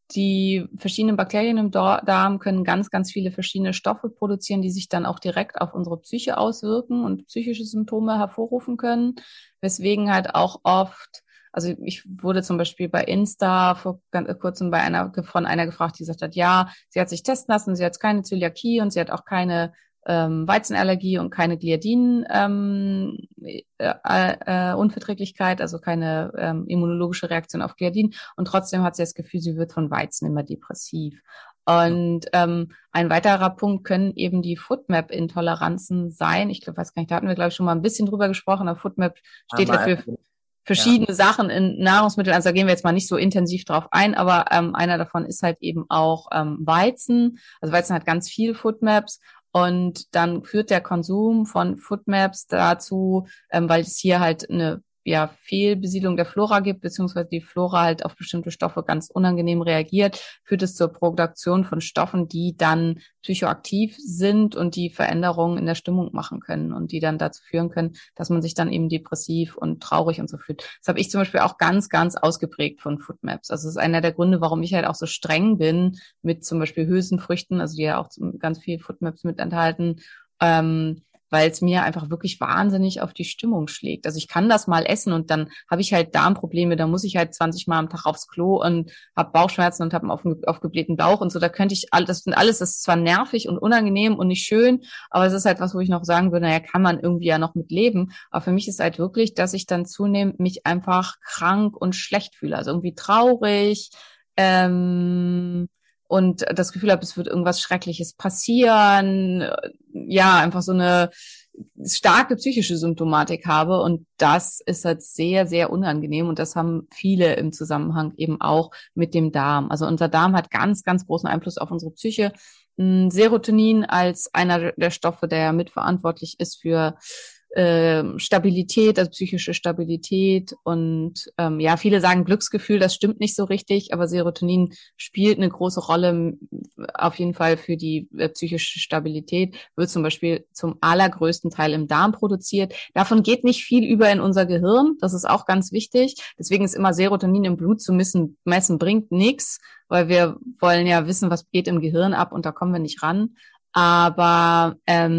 die verschiedenen Bakterien im Darm können ganz, ganz viele verschiedene Stoffe produzieren, die sich dann auch direkt auf unsere Psyche auswirken und psychische Symptome hervorrufen können, weswegen halt auch oft, also ich wurde zum Beispiel bei Insta vor kurzem von einer gefragt, die gesagt hat, ja, sie hat sich testen lassen, sie hat keine Zöliakie und sie hat auch keine Weizenallergie und keine Gliadin Unverträglichkeit, also keine immunologische Reaktion auf Gliadin. Und trotzdem hat sie das Gefühl, sie wird von Weizen immer depressiv. Und ein weiterer Punkt können eben die FODMAP-Intoleranzen sein. Ich weiß gar nicht, da hatten wir, glaube ich, schon mal ein bisschen drüber gesprochen. Aber FODMAP steht ja für verschiedene Sachen in Nahrungsmitteln. Also da gehen wir jetzt mal nicht so intensiv drauf ein, aber einer davon ist halt eben auch Weizen. Also Weizen hat ganz viel FODMAPs. Und dann führt der Konsum von FODMAPs dazu, weil es hier halt eine Fehlbesiedlung der Flora gibt, beziehungsweise die Flora halt auf bestimmte Stoffe ganz unangenehm reagiert, führt es zur Produktion von Stoffen, die dann psychoaktiv sind und die Veränderungen in der Stimmung machen können und die dann dazu führen können, dass man sich dann eben depressiv und traurig und so fühlt. Das habe ich zum Beispiel auch ganz, ganz ausgeprägt von FODMAPs. Also das ist einer der Gründe, warum ich halt auch so streng bin mit zum Beispiel Hülsenfrüchten, also die ja auch ganz viel FODMAPs mit enthalten, weil es mir einfach wirklich wahnsinnig auf die Stimmung schlägt. Also ich kann das mal essen und dann habe ich halt Darmprobleme, da muss ich halt 20 Mal am Tag aufs Klo und habe Bauchschmerzen und habe einen aufgeblähten Bauch und so. Da könnte ich das ist zwar nervig und unangenehm und nicht schön, aber es ist halt was, wo ich noch sagen würde, naja, kann man irgendwie ja noch mit leben. Aber für mich ist halt wirklich, dass ich dann zunehmend mich einfach krank und schlecht fühle. Also irgendwie traurig, und das Gefühl habe, es wird irgendwas Schreckliches passieren, ja, einfach so eine starke psychische Symptomatik habe und das ist halt sehr, sehr unangenehm und das haben viele im Zusammenhang eben auch mit dem Darm. Also unser Darm hat ganz, ganz großen Einfluss auf unsere Psyche. Serotonin als einer der Stoffe, der mitverantwortlich ist für Stabilität, also psychische Stabilität und viele sagen Glücksgefühl, das stimmt nicht so richtig, aber Serotonin spielt eine große Rolle auf jeden Fall für die psychische Stabilität, wird zum Beispiel zum allergrößten Teil im Darm produziert. Davon geht nicht viel über in unser Gehirn, das ist auch ganz wichtig. Deswegen ist immer Serotonin im Blut zu messen bringt nichts, weil wir wollen ja wissen, was geht im Gehirn ab und da kommen wir nicht ran. Aber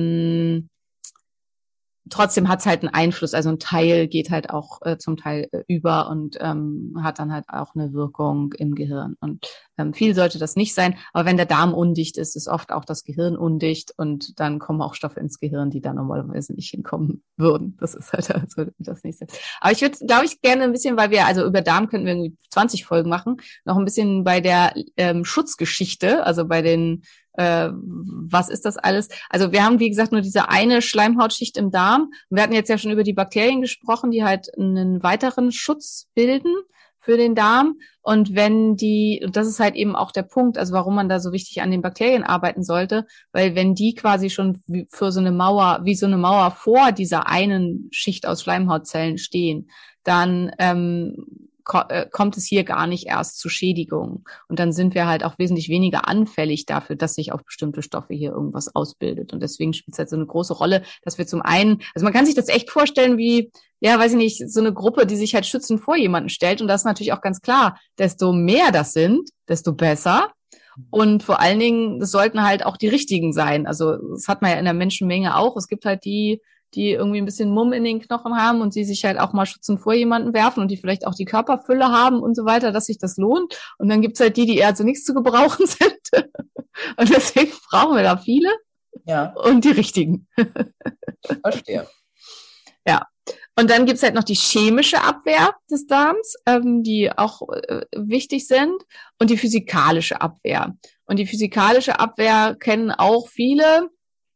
trotzdem hat es halt einen Einfluss, also ein Teil geht halt auch zum Teil über und hat dann halt auch eine Wirkung im Gehirn. Und viel sollte das nicht sein, aber wenn der Darm undicht ist, ist oft auch das Gehirn undicht und dann kommen auch Stoffe ins Gehirn, die da normalerweise nicht hinkommen würden. Das ist halt also das Nächste. Aber ich würde, glaube ich, gerne ein bisschen, weil wir, also über Darm könnten wir irgendwie 20 Folgen machen, noch ein bisschen bei der Schutzgeschichte, also bei den was ist das alles? Also wir haben, wie gesagt, nur diese eine Schleimhautschicht im Darm. Wir hatten jetzt ja schon über die Bakterien gesprochen, die halt einen weiteren Schutz bilden für den Darm. Und und das ist halt eben auch der Punkt, also warum man da so wichtig an den Bakterien arbeiten sollte, weil wenn die quasi schon wie so eine Mauer vor dieser einen Schicht aus Schleimhautzellen stehen, dann kommt es hier gar nicht erst zu Schädigungen. Und dann sind wir halt auch wesentlich weniger anfällig dafür, dass sich auf bestimmte Stoffe hier irgendwas ausbildet. Und deswegen spielt es halt so eine große Rolle, dass wir zum einen, also man kann sich das echt vorstellen wie, ja, weiß ich nicht, so eine Gruppe, die sich halt schützend vor jemanden stellt. Und das ist natürlich auch ganz klar, desto mehr das sind, desto besser. Und vor allen Dingen, das sollten halt auch die richtigen sein. Also das hat man ja in der Menschenmenge auch. Es gibt halt die irgendwie ein bisschen Mumm in den Knochen haben und die sich halt auch mal schützend vor jemanden werfen und die vielleicht auch die Körperfülle haben und so weiter, dass sich das lohnt. Und dann gibt's halt die eher zu nichts zu gebrauchen sind. Und deswegen brauchen wir da viele. Ja. Und die richtigen. Verstehe. Ja. Und dann gibt's halt noch die chemische Abwehr des Darms, die auch wichtig sind, und die physikalische Abwehr. Und die physikalische Abwehr kennen auch viele.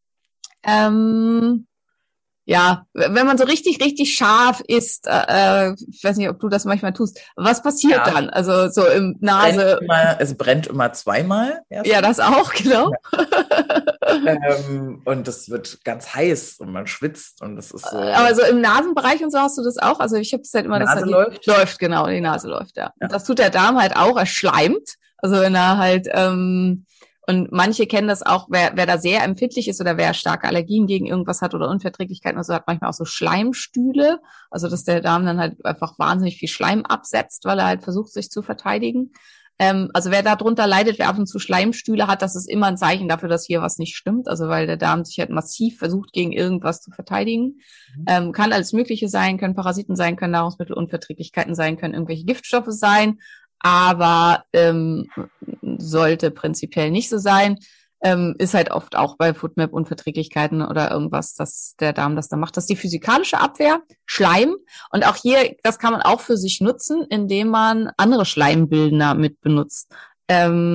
Ja, wenn man so richtig, richtig scharf isst, ich weiß nicht, ob du das manchmal tust, was passiert dann? Also so im Nase. Es brennt immer zweimal. Ja, das auch, genau. Ja. Und das wird ganz heiß und man schwitzt und das ist so. Aber so im Nasenbereich und so hast du das auch? Also ich habe es halt immer, dass die läuft, genau, die Nase läuft, ja. Und das tut der Darm halt auch, er schleimt. Also wenn er halt, und manche kennen das auch, wer da sehr empfindlich ist oder wer starke Allergien gegen irgendwas hat oder Unverträglichkeiten oder so, hat manchmal auch so Schleimstühle. Also dass der Darm dann halt einfach wahnsinnig viel Schleim absetzt, weil er halt versucht, sich zu verteidigen. Also wer darunter leidet, wer ab und zu Schleimstühle hat, das ist immer ein Zeichen dafür, dass hier was nicht stimmt. Also weil der Darm sich halt massiv versucht, gegen irgendwas zu verteidigen. Kann alles Mögliche sein, können Parasiten sein, können Nahrungsmittelunverträglichkeiten sein, können irgendwelche Giftstoffe sein, aber sollte prinzipiell nicht so sein. Ist halt oft auch bei FODMAP-Unverträglichkeiten oder irgendwas, dass der Darm das dann macht. Das ist die physikalische Abwehr, Schleim. Und auch hier, das kann man auch für sich nutzen, indem man andere Schleimbildner mit benutzt. Ich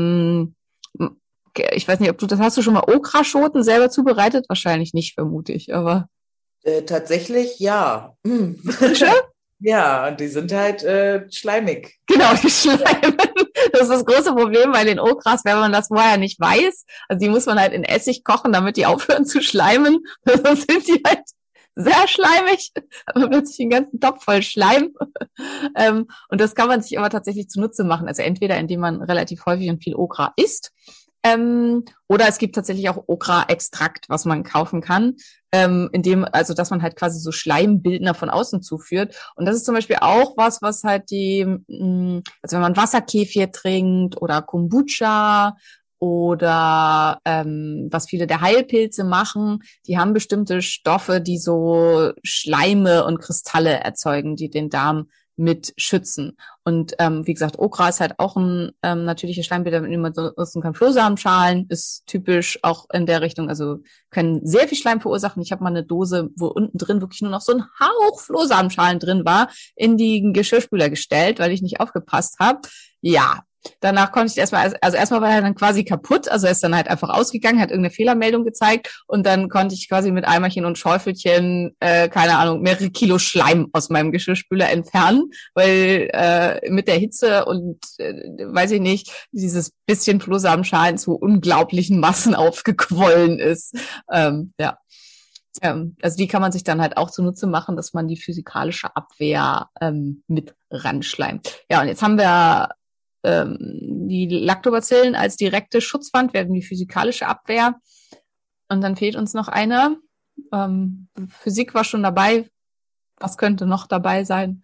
weiß nicht, hast du schon mal Okraschoten selber zubereitet? Wahrscheinlich nicht, vermute ich, aber. Tatsächlich, ja. Ja, und die sind halt schleimig. Genau, die schleimen. Das ist das große Problem bei den Okras, wenn man das vorher nicht weiß. Also die muss man halt in Essig kochen, damit die aufhören zu schleimen. Sonst sind die halt sehr schleimig. Man plötzlich den ganzen Topf voll Schleim. Und das kann man sich aber tatsächlich zunutze machen. Also entweder indem man relativ häufig und viel Okra isst, oder es gibt tatsächlich auch Okra-Extrakt, was man kaufen kann, also dass man halt quasi so Schleimbildner von außen zuführt. Und das ist zum Beispiel auch was halt also wenn man Wasserkefir trinkt oder Kombucha oder was viele der Heilpilze machen, die haben bestimmte Stoffe, die so Schleime und Kristalle erzeugen, die den Darm mit schützen. Und wie gesagt, Okra ist halt auch ein natürlicher Schleimbilder, mit dem man nutzen kann. Flohsamenschalen ist typisch auch in der Richtung, also können sehr viel Schleim verursachen. Ich habe mal eine Dose, wo unten drin wirklich nur noch so ein Hauch Flohsamenschalen drin war, in die Geschirrspüler gestellt, weil ich nicht aufgepasst habe. Ja, danach konnte ich erstmal war er dann quasi kaputt, also er ist dann halt einfach ausgegangen, hat irgendeine Fehlermeldung gezeigt und dann konnte ich quasi mit Eimerchen und Schäufelchen, keine Ahnung, mehrere Kilo Schleim aus meinem Geschirrspüler entfernen, weil mit der Hitze und weiß ich nicht, dieses bisschen Flohsamenschalen zu unglaublichen Massen aufgequollen ist. Ja. Also die kann man sich dann halt auch zunutze machen, dass man die physikalische Abwehr mit ranschleimt. Ja, und jetzt haben wir die Lactobacillen als direkte Schutzwand, werden die physikalische Abwehr. Und dann fehlt uns noch eine. Physik war schon dabei. Was könnte noch dabei sein?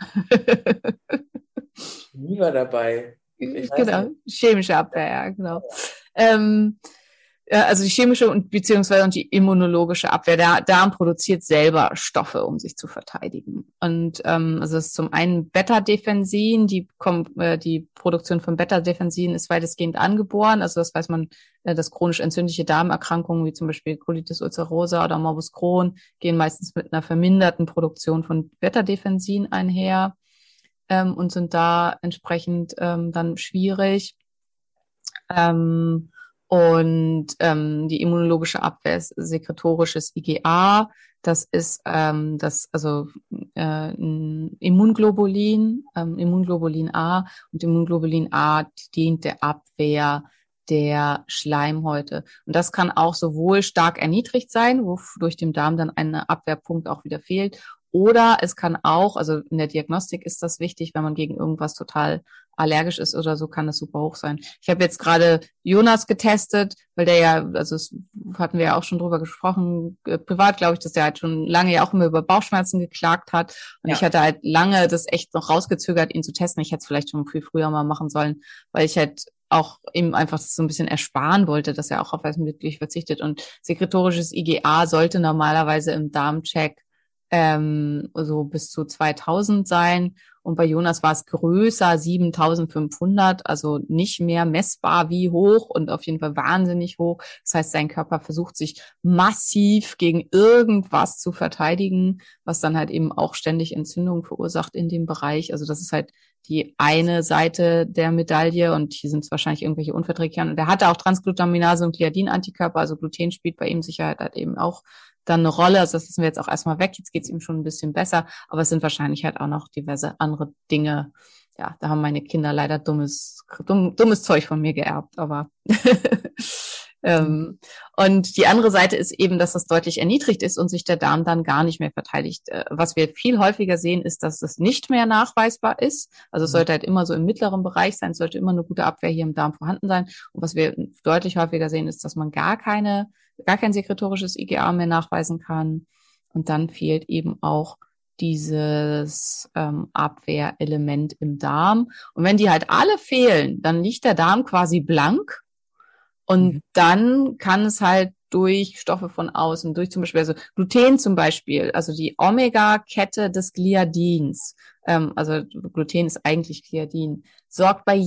Nie war dabei. Genau, chemische Abwehr, ja, genau. Also die chemische und beziehungsweise und die immunologische Abwehr. Der Darm produziert selber Stoffe, um sich zu verteidigen. Und also es ist zum einen Beta-Defensin, die Produktion von Beta-Defensin ist weitestgehend angeboren. Also das weiß man, dass chronisch entzündliche Darmerkrankungen wie zum Beispiel Colitis ulcerosa oder Morbus Crohn gehen meistens mit einer verminderten Produktion von Beta-Defensin einher und sind da entsprechend dann schwierig. Und die immunologische Abwehr ist sekretorisches IgA. Das ist Immunglobulin, Immunglobulin A. Und Immunglobulin A dient der Abwehr der Schleimhäute. Und das kann auch sowohl stark erniedrigt sein, wodurch dem Darm dann ein Abwehrpunkt auch wieder fehlt. Oder es kann auch, also in der Diagnostik ist das wichtig, wenn man gegen irgendwas total allergisch ist oder so, kann das super hoch sein. Ich habe jetzt gerade Jonas getestet, weil der ja, also das hatten wir ja auch schon drüber gesprochen, privat glaube ich, dass der halt schon lange ja auch immer über Bauchschmerzen geklagt hat. Und ja. Ich hatte halt lange das echt noch rausgezögert, ihn zu testen. Ich hätte es vielleicht schon viel früher mal machen sollen, weil ich halt auch ihm einfach so ein bisschen ersparen wollte, dass er auch auf Weißmehl verzichtet. Und sekretorisches IgA sollte normalerweise im Darmcheck so bis zu 2000 sein. Und bei Jonas war es größer, 7500, also nicht mehr messbar wie hoch und auf jeden Fall wahnsinnig hoch. Das heißt, sein Körper versucht sich massiv gegen irgendwas zu verteidigen, was dann halt eben auch ständig Entzündungen verursacht in dem Bereich. Also das ist halt die eine Seite der Medaille und hier sind es wahrscheinlich irgendwelche Unverträglichkeiten. Und er hatte auch Transglutaminase und Gliadin-Antikörper, also Gluten spielt bei ihm Sicherheit halt eben auch dann eine Rolle. Also das lassen wir jetzt auch erstmal weg. Jetzt geht es ihm schon ein bisschen besser, aber es sind wahrscheinlich halt auch noch diverse andere Dinge. Ja, da haben meine Kinder leider dummes Zeug von mir geerbt, aber und die andere Seite ist eben, dass das deutlich erniedrigt ist und sich der Darm dann gar nicht mehr verteidigt. Was wir viel häufiger sehen, ist, dass es nicht mehr nachweisbar ist. Also es sollte halt immer so im mittleren Bereich sein, es sollte immer eine gute Abwehr hier im Darm vorhanden sein. Und was wir deutlich häufiger sehen, ist, dass man gar kein sekretorisches IgA mehr nachweisen kann. Und dann fehlt eben auch dieses Abwehrelement im Darm. Und wenn die halt alle fehlen, dann liegt der Darm quasi blank und dann kann es halt durch Stoffe von außen, durch zum Beispiel, also Gluten zum Beispiel, also die Omega-Kette des Gliadins, also Gluten ist eigentlich Gliadin, sorgt bei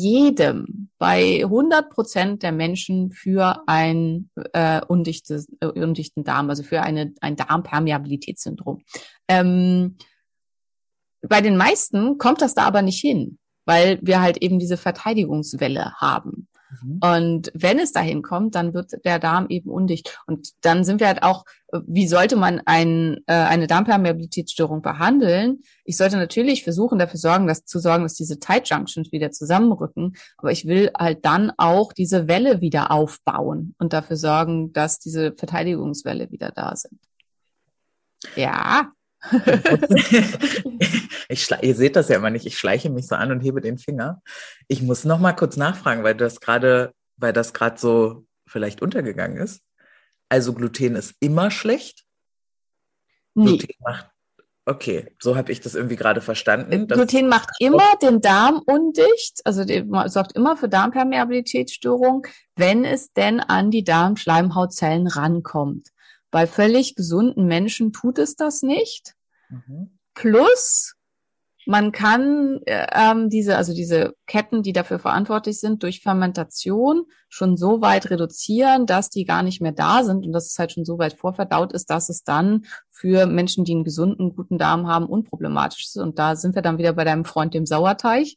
100% der Menschen für ein undichten Darm, also für ein Darmpermeabilitätssyndrom. Bei den meisten kommt das da aber nicht hin, weil wir halt eben diese Verteidigungswelle haben. Und wenn es dahin kommt, dann wird der Darm eben undicht. Und dann sind wir halt auch, wie sollte man eine Darmpermeabilitätsstörung behandeln? Ich sollte natürlich versuchen, dafür sorgen, dass diese Tight Junctions wieder zusammenrücken. Aber ich will halt dann auch diese Welle wieder aufbauen und dafür sorgen, dass diese Verteidigungswelle wieder da sind. Ja. Ihr seht das ja immer nicht, ich schleiche mich so an und hebe den Finger. Ich muss noch mal kurz nachfragen, weil das gerade so vielleicht untergegangen ist. Also Gluten ist immer schlecht? Nee. Okay, so habe ich das irgendwie gerade verstanden. Gluten macht immer den Darm undicht, also sorgt immer für Darmpermeabilitätsstörung, wenn es denn an die Darmschleimhautzellen rankommt. Bei völlig gesunden Menschen tut es das nicht. Plus, man kann diese Ketten, die dafür verantwortlich sind, durch Fermentation schon so weit reduzieren, dass die gar nicht mehr da sind und dass es halt schon so weit vorverdaut ist, dass es dann für Menschen, die einen gesunden, guten Darm haben, unproblematisch ist. Und da sind wir dann wieder bei deinem Freund, dem Sauerteig.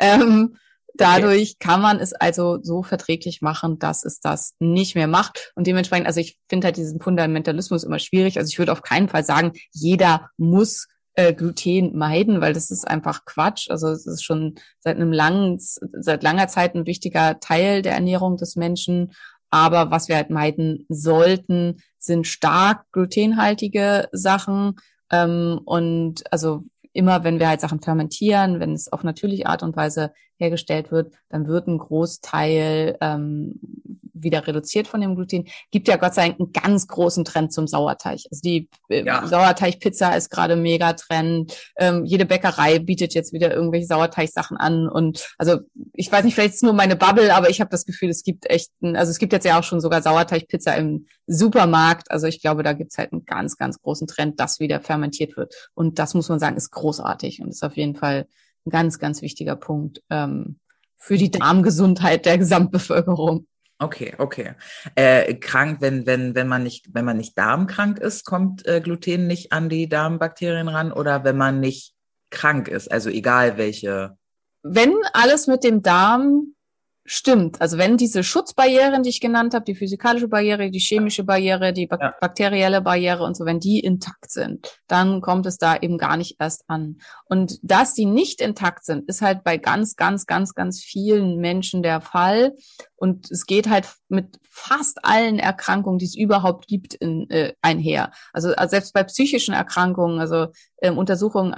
Dadurch kann man es also so verträglich machen, dass es das nicht mehr macht. Und dementsprechend, also ich finde halt diesen Fundamentalismus immer schwierig. Also ich würde auf keinen Fall sagen, jeder muss Gluten meiden, weil das ist einfach Quatsch. Also es ist schon seit langer Zeit ein wichtiger Teil der Ernährung des Menschen. Aber was wir halt meiden sollten, sind stark glutenhaltige Sachen. Und also immer, wenn wir halt Sachen fermentieren, wenn es auf natürliche Art und Weise hergestellt wird, dann wird ein Großteil wieder reduziert von dem Gluten. Gibt ja Gott sei Dank einen ganz großen Trend zum Sauerteig. Also die Sauerteigpizza ist gerade mega Trend. Jede Bäckerei bietet jetzt wieder irgendwelche Sauerteigsachen an. Und also ich weiß nicht, vielleicht ist es nur meine Bubble, aber ich habe das Gefühl, es gibt es gibt jetzt ja auch schon sogar Sauerteigpizza im Supermarkt. Also ich glaube, da gibt's halt einen ganz, ganz großen Trend, dass wieder fermentiert wird. Und das muss man sagen, ist großartig und ist auf jeden Fall ein ganz, ganz wichtiger Punkt für die Darmgesundheit der Gesamtbevölkerung. Okay. Krank, wenn man nicht darmkrank ist, kommt Gluten nicht an die Darmbakterien ran, oder wenn man nicht krank ist, also egal welche. Wenn alles mit dem Darm stimmt, also wenn diese Schutzbarrieren, die ich genannt habe, die physikalische Barriere, die chemische Barriere, die bakterielle Barriere und so, wenn die intakt sind, dann kommt es da eben gar nicht erst an. Und dass die nicht intakt sind, ist halt bei ganz, ganz, ganz, ganz vielen Menschen der Fall. Und es geht halt mit fast allen Erkrankungen, die es überhaupt gibt, einher. Also selbst bei psychischen Erkrankungen, also Untersuchungen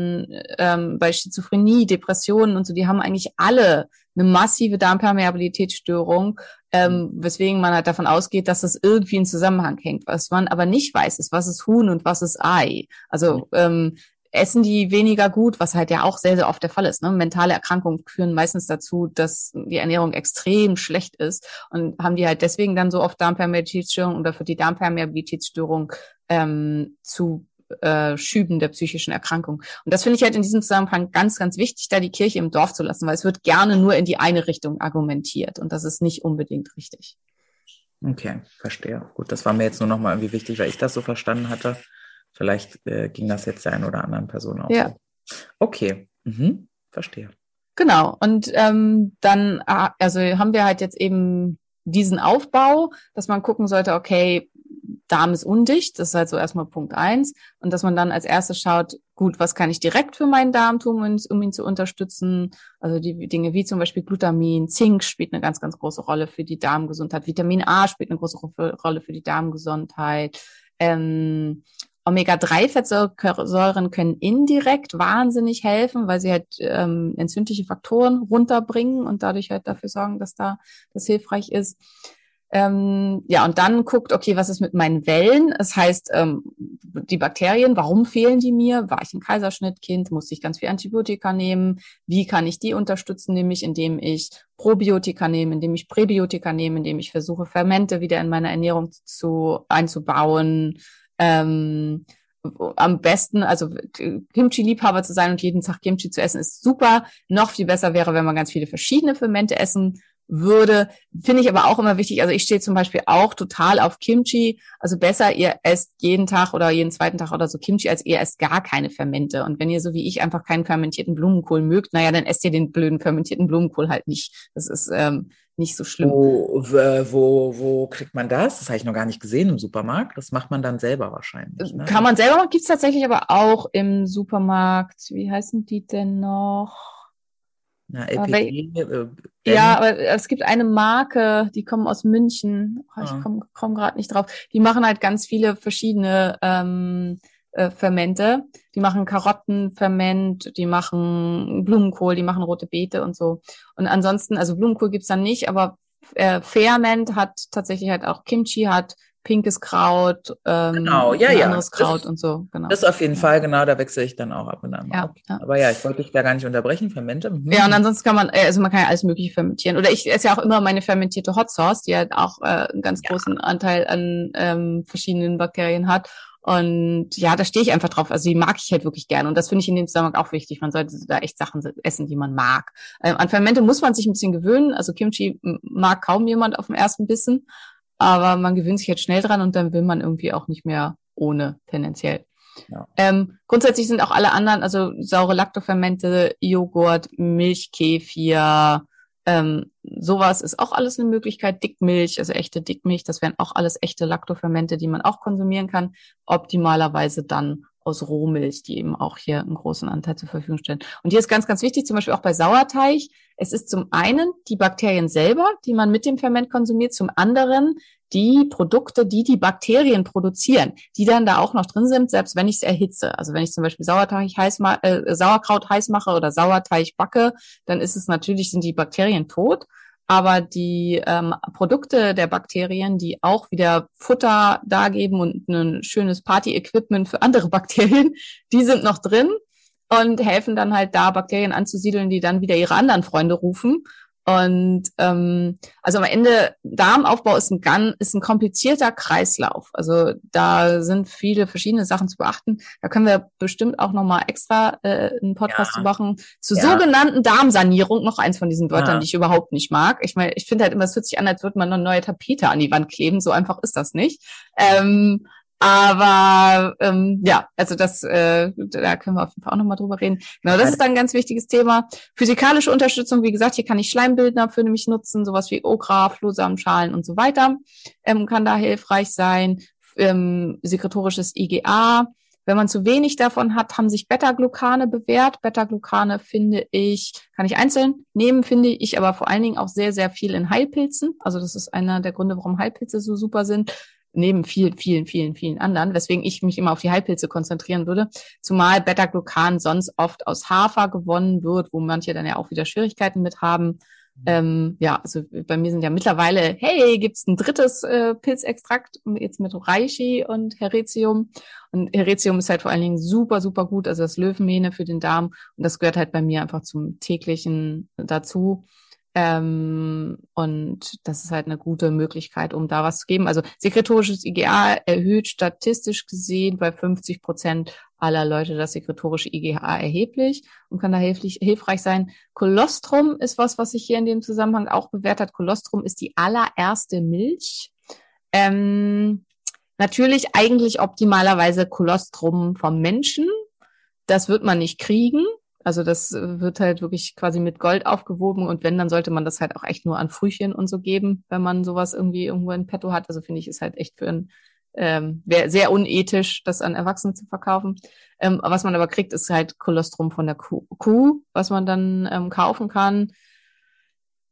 bei Schizophrenie, Depressionen und so, die haben eigentlich alle eine massive Darmpermeabilitätsstörung, weswegen man halt davon ausgeht, dass das irgendwie in Zusammenhang hängt. Was man aber nicht weiß, ist, was ist Huhn und was ist Ei. Also essen die weniger gut, was halt ja auch sehr, sehr oft der Fall ist. Ne? Mentale Erkrankungen führen meistens dazu, dass die Ernährung extrem schlecht ist, und haben die halt deswegen dann so oft Darmpermeabilitätsstörungen oder für die Darmpermeabilitätsstörung zu Schüben der psychischen Erkrankung. Und das finde ich halt in diesem Zusammenhang ganz, ganz wichtig, da die Kirche im Dorf zu lassen, weil es wird gerne nur in die eine Richtung argumentiert und das ist nicht unbedingt richtig. Okay, verstehe. Gut, das war mir jetzt nur nochmal irgendwie wichtig, weil ich das so verstanden hatte. Vielleicht ging das jetzt der einen oder anderen Person auch so. Okay, verstehe. Genau, und dann also haben wir halt jetzt eben diesen Aufbau, dass man gucken sollte, okay, Darm ist undicht, das ist halt so erstmal Punkt 1, und dass man dann als erstes schaut, gut, was kann ich direkt für meinen Darm tun, um ihn zu unterstützen, also die Dinge wie zum Beispiel Glutamin, Zink spielt eine ganz, ganz große Rolle für die Darmgesundheit, Vitamin A spielt eine große Rolle für die Darmgesundheit, Omega-3-Fettsäuren können indirekt wahnsinnig helfen, weil sie halt entzündliche Faktoren runterbringen und dadurch halt dafür sorgen, dass da das hilfreich ist. Ja, und dann guckt, okay, was ist mit meinen Wellen? Das heißt, die Bakterien, warum fehlen die mir? War ich ein Kaiserschnittkind? Musste ich ganz viel Antibiotika nehmen? Wie kann ich die unterstützen? Nämlich indem ich Probiotika nehme, indem ich Präbiotika nehme, indem ich versuche, Fermente wieder in meine Ernährung einzubauen. Am besten, also Kimchi-Liebhaber zu sein und jeden Tag Kimchi zu essen, ist super. Noch viel besser wäre, wenn man ganz viele verschiedene Fermente essen würde. Finde ich aber auch immer wichtig. Also ich stehe zum Beispiel auch total auf Kimchi. Also besser, ihr esst jeden Tag oder jeden zweiten Tag oder so Kimchi, als ihr esst gar keine Fermente. Und wenn ihr so wie ich einfach keinen fermentierten Blumenkohl mögt, naja, dann esst ihr den blöden fermentierten Blumenkohl halt nicht. Das ist nicht so schlimm. Wo kriegt man das? Das habe ich noch gar nicht gesehen im Supermarkt. Das macht man dann selber wahrscheinlich. Ne? Kann man selber machen, gibt's tatsächlich aber auch im Supermarkt. Wie heißen die denn noch? Na, LPG, Ja, aber es gibt eine Marke, die kommen aus München. Ich komm gerade nicht drauf. Die machen halt ganz viele verschiedene Fermente. Die machen Karottenferment, die machen Blumenkohl, die machen rote Beete und so. Und ansonsten, also Blumenkohl gibt's dann nicht, aber Ferment hat tatsächlich halt auch Kimchi, hat pinkes Kraut, genau, anderes Kraut und so. Genau. Das auf jeden Fall, genau, da wechsle ich dann auch ab und an mal. Ja, Okay. ja. Aber ja, ich wollte dich da gar nicht unterbrechen, Fermente. Ja, und ansonsten kann man ja alles Mögliche fermentieren. Oder ich esse ja auch immer meine fermentierte Hot Sauce, die halt auch einen ganz großen Anteil an verschiedenen Bakterien hat. Und ja, da stehe ich einfach drauf. Also die mag ich halt wirklich gerne. Und das finde ich in dem Zusammenhang auch wichtig. Man sollte da echt Sachen essen, die man mag. An Fermente muss man sich ein bisschen gewöhnen. Also Kimchi mag kaum jemand auf dem ersten Bissen. Aber man gewöhnt sich jetzt schnell dran und dann will man irgendwie auch nicht mehr ohne, tendenziell. Ja. Grundsätzlich sind auch alle anderen, also saure Lactofermente, Joghurt, Milch, Kefir, sowas ist auch alles eine Möglichkeit. Dickmilch, also echte Dickmilch, das wären auch alles echte Lactofermente, die man auch konsumieren kann. Optimalerweise dann aus Rohmilch, die eben auch hier einen großen Anteil zur Verfügung stellen. Und hier ist ganz, ganz wichtig, zum Beispiel auch bei Sauerteig, es ist zum einen die Bakterien selber, die man mit dem Ferment konsumiert, zum anderen die Produkte, die die Bakterien produzieren, die dann da auch noch drin sind, selbst wenn ich es erhitze. Also wenn ich zum Beispiel Sauerkraut heiß mache oder Sauerteig backe, dann ist es natürlich, sind die Bakterien tot. Aber die Produkte der Bakterien, die auch wieder Futter dargeben und ein schönes Party-Equipment für andere Bakterien, die sind noch drin und helfen dann halt da, Bakterien anzusiedeln, die dann wieder ihre anderen Freunde rufen. Und also am Ende, Darmaufbau ist ein komplizierter Kreislauf. Also da sind viele verschiedene Sachen zu beachten. Da können wir bestimmt auch nochmal extra einen Podcast zu machen. Zur sogenannten Darmsanierung, noch eins von diesen Wörtern, die ich überhaupt nicht mag. Ich meine, ich finde halt immer, es fühlt sich an, als würde man eine neue Tapete an die Wand kleben. So einfach ist das nicht. Aber also das, da können wir auf jeden Fall auch nochmal drüber reden. Genau, das ist dann ein ganz wichtiges Thema. Physikalische Unterstützung, wie gesagt, hier kann ich Schleimbildner für mich nutzen, sowas wie Okra, Flohsamenschalen und so weiter, kann da hilfreich sein. Sekretorisches IgA. Wenn man zu wenig davon hat, haben sich Beta-Glucane bewährt. Beta-Glucane kann ich einzeln nehmen, finde ich aber vor allen Dingen auch sehr, sehr viel in Heilpilzen. Also das ist einer der Gründe, warum Heilpilze so super sind. Neben vielen, vielen, vielen, vielen anderen, weswegen ich mich immer auf die Heilpilze konzentrieren würde, zumal Beta-Glucan sonst oft aus Hafer gewonnen wird, wo manche dann ja auch wieder Schwierigkeiten mit haben. Also bei mir sind ja mittlerweile, gibt's ein drittes Pilzextrakt, jetzt mit Reishi und Heretium. Und Heretium ist halt vor allen Dingen super, super gut, also das Löwenmähne für den Darm. Und das gehört halt bei mir einfach zum täglichen dazu. Und das ist halt eine gute Möglichkeit, um da was zu geben. Also sekretorisches IgA erhöht statistisch gesehen bei 50% aller Leute das sekretorische IgA erheblich und kann da hilfreich sein. Kolostrum ist was sich hier in dem Zusammenhang auch bewährt hat. Kolostrum ist die allererste Milch. Natürlich eigentlich optimalerweise Kolostrum vom Menschen. Das wird man nicht kriegen. Also das wird halt wirklich quasi mit Gold aufgewogen und wenn, dann sollte man das halt auch echt nur an Frühchen und so geben, wenn man sowas irgendwie irgendwo in petto hat. Also finde ich, ist halt echt für wäre sehr unethisch, das an Erwachsene zu verkaufen. Was man aber kriegt, ist halt Kolostrum von der Kuh, was man dann kaufen kann.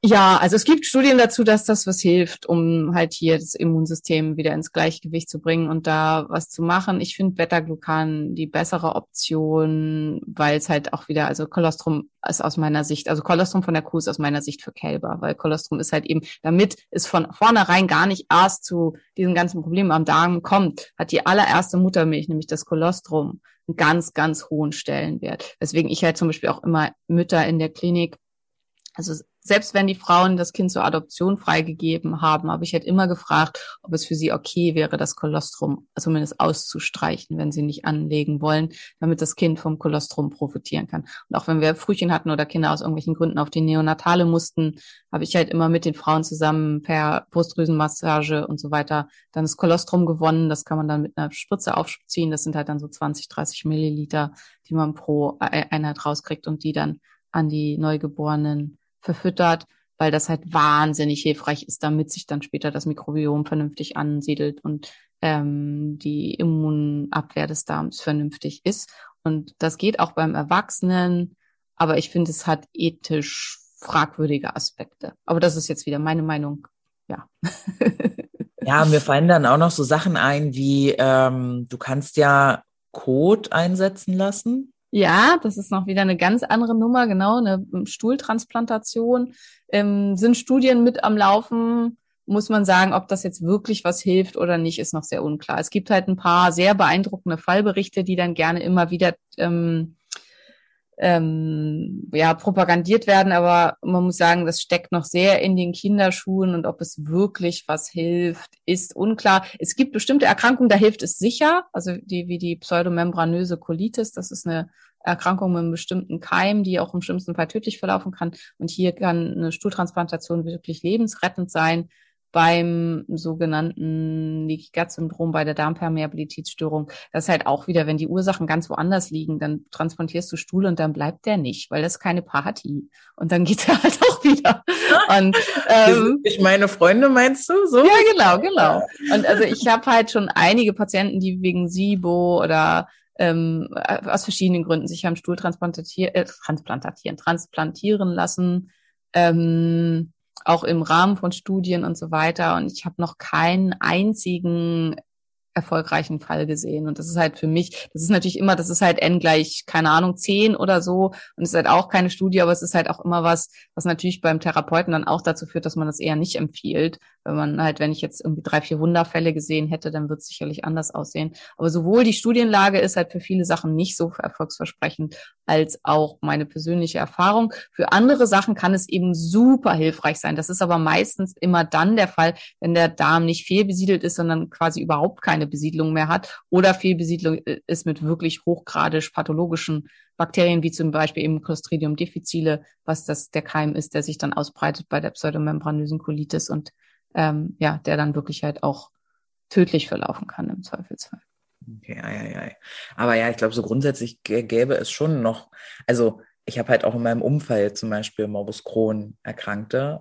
Ja, also es gibt Studien dazu, dass das was hilft, um halt hier das Immunsystem wieder ins Gleichgewicht zu bringen und da was zu machen. Ich finde Beta-Glucan die bessere Option, weil es halt auch wieder, also Kolostrum ist aus meiner Sicht, also Kolostrum von der Kuh ist aus meiner Sicht für Kälber, weil Kolostrum ist halt eben, damit es von vornherein gar nicht erst zu diesen ganzen Problemen am Darm kommt, hat die allererste Muttermilch, nämlich das Kolostrum, einen ganz, ganz hohen Stellenwert. Weswegen ich halt zum Beispiel auch immer Mütter in der Klinik, also selbst wenn die Frauen das Kind zur Adoption freigegeben haben, habe ich halt immer gefragt, ob es für sie okay wäre, das Kolostrum zumindest auszustreichen, wenn sie nicht anlegen wollen, damit das Kind vom Kolostrum profitieren kann. Und auch wenn wir Frühchen hatten oder Kinder aus irgendwelchen Gründen auf die Neonatale mussten, habe ich halt immer mit den Frauen zusammen per Brustdrüsenmassage und so weiter dann das Kolostrum gewonnen. Das kann man dann mit einer Spritze aufziehen. Das sind halt dann so 20, 30 Milliliter, die man pro Einheit rauskriegt und die dann an die Neugeborenen verfüttert, weil das halt wahnsinnig hilfreich ist, damit sich dann später das Mikrobiom vernünftig ansiedelt und die Immunabwehr des Darms vernünftig ist. Und das geht auch beim Erwachsenen, aber ich finde, es hat ethisch fragwürdige Aspekte. Aber das ist jetzt wieder meine Meinung. Ja. Ja, mir fallen dann auch noch so Sachen ein, wie du kannst ja Kot einsetzen lassen. Ja, das ist noch wieder eine ganz andere Nummer, genau, eine Stuhltransplantation. Sind Studien mit am Laufen, muss man sagen, ob das jetzt wirklich was hilft oder nicht, ist noch sehr unklar. Es gibt halt ein paar sehr beeindruckende Fallberichte, die dann gerne immer wieder propagandiert werden, aber man muss sagen, das steckt noch sehr in den Kinderschuhen und ob es wirklich was hilft, ist unklar. Es gibt bestimmte Erkrankungen, da hilft es sicher, also wie die pseudomembranöse Colitis, das ist eine Erkrankung mit einem bestimmten Keim, die auch im schlimmsten Fall tödlich verlaufen kann und hier kann eine Stuhltransplantation wirklich lebensrettend sein. Beim sogenannten Leaky Gut Syndrom, bei der Darmpermeabilitätsstörung, das ist halt auch wieder, wenn die Ursachen ganz woanders liegen, dann transplantierst du Stuhl und dann bleibt der nicht, weil das ist keine Party. Und dann geht er halt auch wieder. Und, Ich meine Freunde, meinst du? So? Ja, genau. Und also ich habe halt schon einige Patienten, die wegen SIBO oder aus verschiedenen Gründen sich haben Stuhl transplantieren lassen, auch im Rahmen von Studien und so weiter. Und ich habe noch keinen einzigen erfolgreichen Fall gesehen. Und das ist halt für mich, das ist natürlich immer, das ist halt n gleich, keine Ahnung, 10 oder so. Und es ist halt auch keine Studie, aber es ist halt auch immer was natürlich beim Therapeuten dann auch dazu führt, dass man das eher nicht empfiehlt. Wenn man halt, wenn ich jetzt irgendwie 3, 4 Wunderfälle gesehen hätte, dann wird es sicherlich anders aussehen. Aber sowohl die Studienlage ist halt für viele Sachen nicht so erfolgsversprechend, als auch meine persönliche Erfahrung. Für andere Sachen kann es eben super hilfreich sein. Das ist aber meistens immer dann der Fall, wenn der Darm nicht fehlbesiedelt ist, sondern quasi überhaupt keine Besiedlung mehr hat oder Fehlbesiedlung ist mit wirklich hochgradisch pathologischen Bakterien, wie zum Beispiel eben Clostridium difficile, was der Keim ist, der sich dann ausbreitet bei der pseudomembranösen Colitis und der dann wirklich halt auch tödlich verlaufen kann im Zweifelsfall. Okay, aber ja, ich glaube, so grundsätzlich gäbe es schon noch, also ich habe halt auch in meinem Umfeld zum Beispiel Morbus Crohn Erkrankte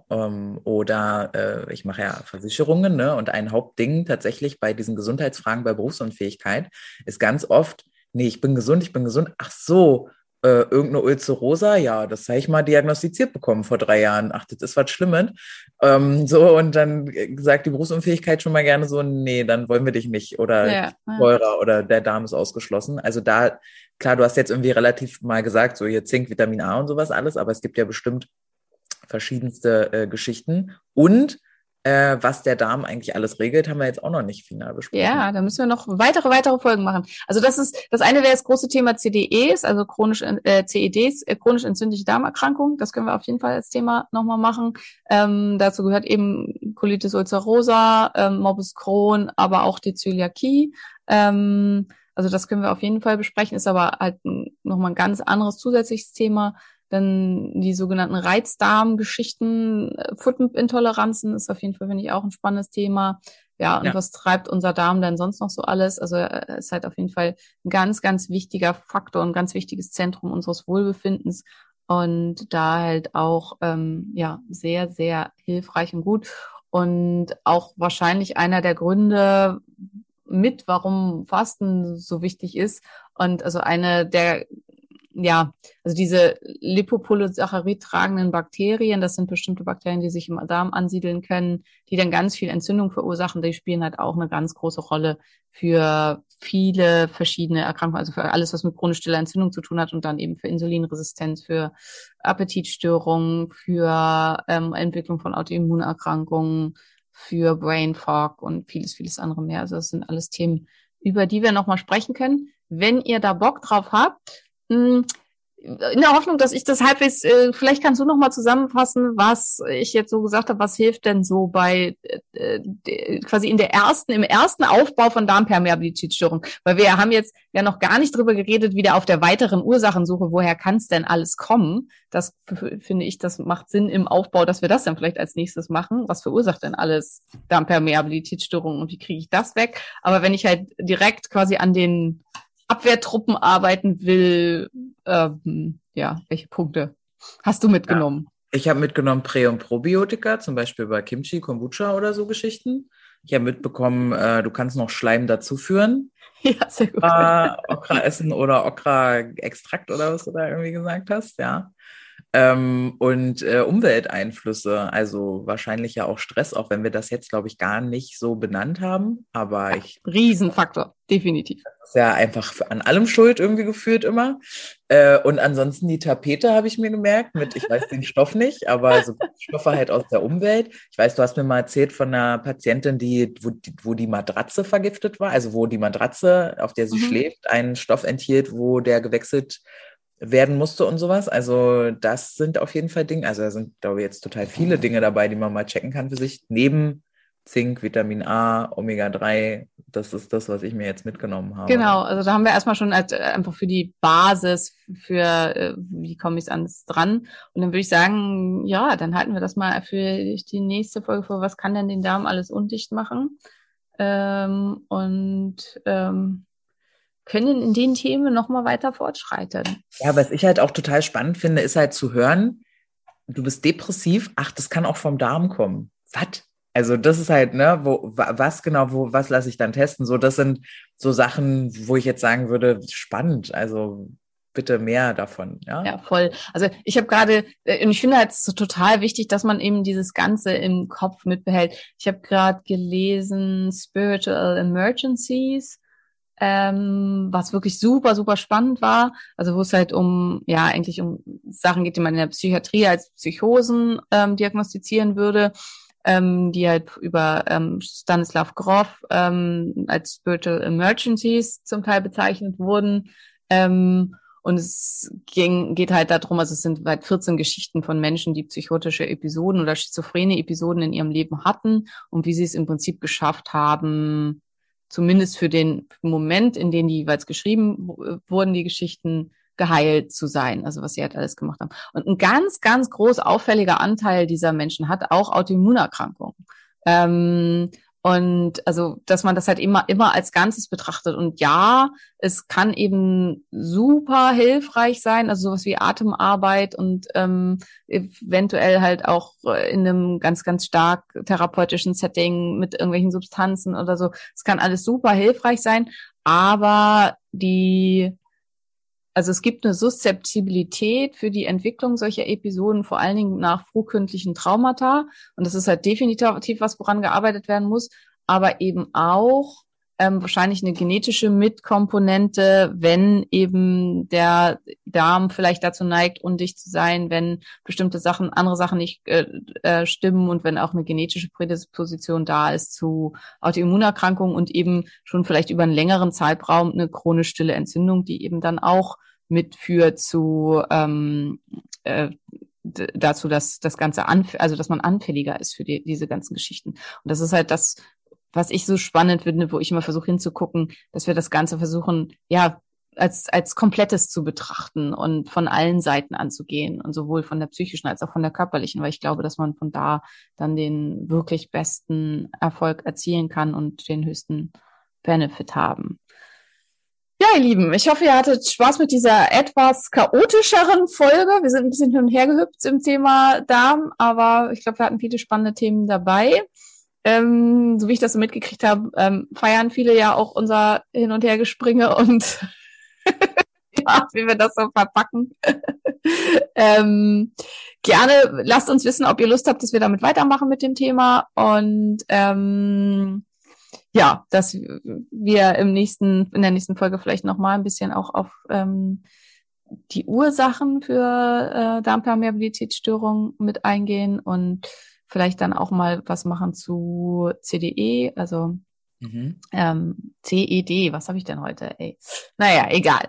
oder ich mache ja Versicherungen, ne? Und ein Hauptding tatsächlich bei diesen Gesundheitsfragen bei Berufsunfähigkeit ist ganz oft, nee, ich bin gesund, ach so, irgendeine Ulcerosa, ja, das habe ich mal diagnostiziert bekommen vor 3 Jahren. Ach, das ist was Schlimmes. Und dann sagt die Berufsunfähigkeit schon mal gerne so, nee, dann wollen wir dich nicht oder teurer oder der Darm ist ausgeschlossen. Also da, klar, du hast jetzt irgendwie relativ mal gesagt, so hier Zink, Vitamin A und sowas alles, aber es gibt ja bestimmt verschiedenste Geschichten und was der Darm eigentlich alles regelt, haben wir jetzt auch noch nicht final besprochen. Ja, da müssen wir noch weitere Folgen machen. Also das eine wäre das große Thema CDEs, also CEDs, chronisch entzündliche Darmerkrankung. Das können wir auf jeden Fall als Thema nochmal machen. Dazu gehört eben Colitis ulcerosa, Morbus Crohn, aber auch die Zöliakie. Also das können wir auf jeden Fall besprechen, ist aber halt nochmal ein ganz anderes zusätzliches Thema. Dann die sogenannten Reizdarmgeschichten, Food-Intoleranzen ist auf jeden Fall, finde ich, auch ein spannendes Thema. Ja, und was treibt unser Darm denn sonst noch so alles? Also ist halt auf jeden Fall ein ganz, ganz wichtiger Faktor, ein ganz wichtiges Zentrum unseres Wohlbefindens und da halt auch sehr, sehr hilfreich und gut. Und auch wahrscheinlich einer der Gründe warum Fasten so wichtig ist. Und also eine der also diese Lipopolysaccharid-tragenden Bakterien, das sind bestimmte Bakterien, die sich im Darm ansiedeln können, die dann ganz viel Entzündung verursachen. Die spielen halt auch eine ganz große Rolle für viele verschiedene Erkrankungen, also für alles, was mit chronisch stiller Entzündung zu tun hat und dann eben für Insulinresistenz, für Appetitstörungen, für Entwicklung von Autoimmunerkrankungen, für Brain Fog und vieles, vieles andere mehr. Also das sind alles Themen, über die wir nochmal sprechen können. Wenn ihr da Bock drauf habt, in der Hoffnung, dass ich das halbwegs, vielleicht kannst du noch mal zusammenfassen, was ich jetzt so gesagt habe, was hilft denn so bei quasi im ersten Aufbau von Darmpermeabilitätsstörungen? Weil wir haben jetzt ja noch gar nicht drüber geredet, wieder auf der weiteren Ursachensuche, woher kann es denn alles kommen? Das finde ich, das macht Sinn im Aufbau, dass wir das dann vielleicht als nächstes machen. Was verursacht denn alles Darmpermeabilitätsstörungen und wie kriege ich das weg? Aber wenn ich halt direkt quasi an den Abwehrtruppen arbeiten will, welche Punkte hast du mitgenommen? Ja, ich habe mitgenommen Prä- und Probiotika, zum Beispiel bei Kimchi, Kombucha oder so Geschichten. Ich habe mitbekommen, du kannst noch Schleim dazu führen. Ja, sehr gut. Okra essen oder Okra-Extrakt oder was du da irgendwie gesagt hast, ja. Und Umwelteinflüsse, also wahrscheinlich ja auch Stress, auch wenn wir das jetzt, glaube ich, gar nicht so benannt haben. Aber Riesenfaktor, definitiv. Das ist ja einfach an allem schuld irgendwie gefühlt immer. Und ansonsten die Tapete habe ich mir gemerkt ich weiß den Stoff nicht, aber so Stoffe halt aus der Umwelt. Ich weiß, du hast mir mal erzählt von einer Patientin, wo die Matratze vergiftet war, also wo die Matratze, auf der sie schläft, einen Stoff enthielt, wo der gewechselt werden musste und sowas. Also das sind auf jeden Fall Dinge, also da sind, glaube ich, jetzt total viele Dinge dabei, die man mal checken kann für sich. Neben Zink, Vitamin A, Omega-3, das ist das, was ich mir jetzt mitgenommen habe. Genau, also da haben wir erstmal schon einfach für die Basis, für wie komme ich ans dran. Und dann würde ich sagen, ja, dann halten wir das mal für die nächste Folge vor, was kann denn den Darm alles undicht machen? Können in den Themen nochmal weiter fortschreiten. Ja, was ich halt auch total spannend finde, ist halt zu hören, du bist depressiv, ach, das kann auch vom Darm kommen. Was? Also das ist halt, was lasse ich dann testen? So, das sind so Sachen, wo ich jetzt sagen würde, spannend, also bitte mehr davon. Ja, voll. Also ich habe gerade, und ich finde halt so total wichtig, dass man eben dieses Ganze im Kopf mitbehält. Ich habe gerade gelesen Spiritual Emergencies, was wirklich super, super spannend war. Also wo es halt eigentlich um Sachen geht, die man in der Psychiatrie als Psychosen diagnostizieren würde, die halt über Stanislav Grof als Spiritual Emergencies zum Teil bezeichnet wurden. Und es geht halt darum, also es sind halt 14 Geschichten von Menschen, die psychotische Episoden oder schizophrene Episoden in ihrem Leben hatten und wie sie es im Prinzip geschafft haben, zumindest für den Moment, in dem die jeweils geschrieben wurden, die Geschichten geheilt zu sein, also was sie halt alles gemacht haben. Und ein ganz, ganz groß auffälliger Anteil dieser Menschen hat auch Autoimmunerkrankungen. Und also, dass man das halt immer als Ganzes betrachtet. Und ja, es kann eben super hilfreich sein, also sowas wie Atemarbeit und eventuell halt auch in einem ganz, ganz stark therapeutischen Setting mit irgendwelchen Substanzen oder so. Es kann alles super hilfreich sein, aber also es gibt eine Suszeptibilität für die Entwicklung solcher Episoden, vor allen Dingen nach frühkindlichen Traumata. Und das ist halt definitiv was, woran gearbeitet werden muss, aber eben auch wahrscheinlich eine genetische Mitkomponente, wenn eben der Darm vielleicht dazu neigt, undicht zu sein, wenn bestimmte andere Sachen nicht stimmen und wenn auch eine genetische Prädisposition da ist zu Autoimmunerkrankungen und eben schon vielleicht über einen längeren Zeitraum eine chronisch stille Entzündung, die eben dann auch mitführt zu dazu, dass das Ganze also dass man anfälliger ist für diese ganzen Geschichten. Und das ist halt das, was ich so spannend finde, wo ich immer versuche hinzugucken, dass wir das Ganze versuchen, ja, als Komplettes zu betrachten und von allen Seiten anzugehen und sowohl von der psychischen als auch von der körperlichen, weil ich glaube, dass man von da dann den wirklich besten Erfolg erzielen kann und den höchsten Benefit haben. Ja, ihr Lieben, ich hoffe, ihr hattet Spaß mit dieser etwas chaotischeren Folge. Wir sind ein bisschen hin und her gehüpft im Thema Darm, aber ich glaube, wir hatten viele spannende Themen dabei. So wie ich das so mitgekriegt habe, feiern viele ja auch unser Hin- und Hergespringe und ja, wie wir das so verpacken. Gerne lasst uns wissen, ob ihr Lust habt, dass wir damit weitermachen mit dem Thema und ja, dass wir in der nächsten Folge vielleicht nochmal ein bisschen auch auf die Ursachen für Darmpermeabilitätsstörungen mit eingehen und vielleicht dann auch mal was machen zu CDE, also CED, was habe ich denn heute? Ey? Naja, egal.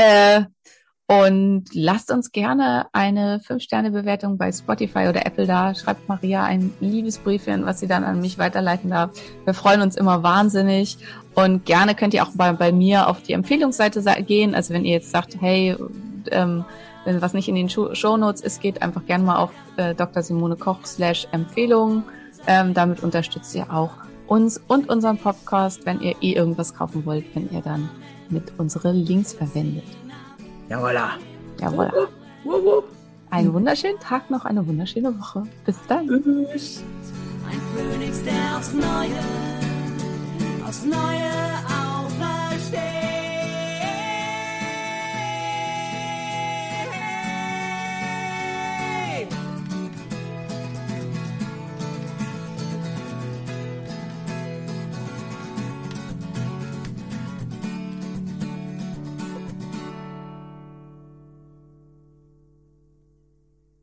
Und lasst uns gerne eine 5-Sterne-Bewertung bei Spotify oder Apple da. Schreibt Maria ein Liebesbriefchen, was sie dann an mich weiterleiten darf. Wir freuen uns immer wahnsinnig. Und gerne könnt ihr auch bei mir auf die Empfehlungsseite gehen. Also wenn ihr jetzt sagt, hey, wenn was nicht in den Shownotes ist, geht einfach gerne mal auf Dr. Simone Koch /Empfehlungen. Damit unterstützt ihr auch uns und unseren Podcast, wenn ihr irgendwas kaufen wollt, wenn ihr dann mit unsere Links verwendet. Jawolla. Jawolla. Einen wunderschönen Tag noch, eine wunderschöne Woche. Bis dann. Tschüss. Ein Phönix, der aufs Neue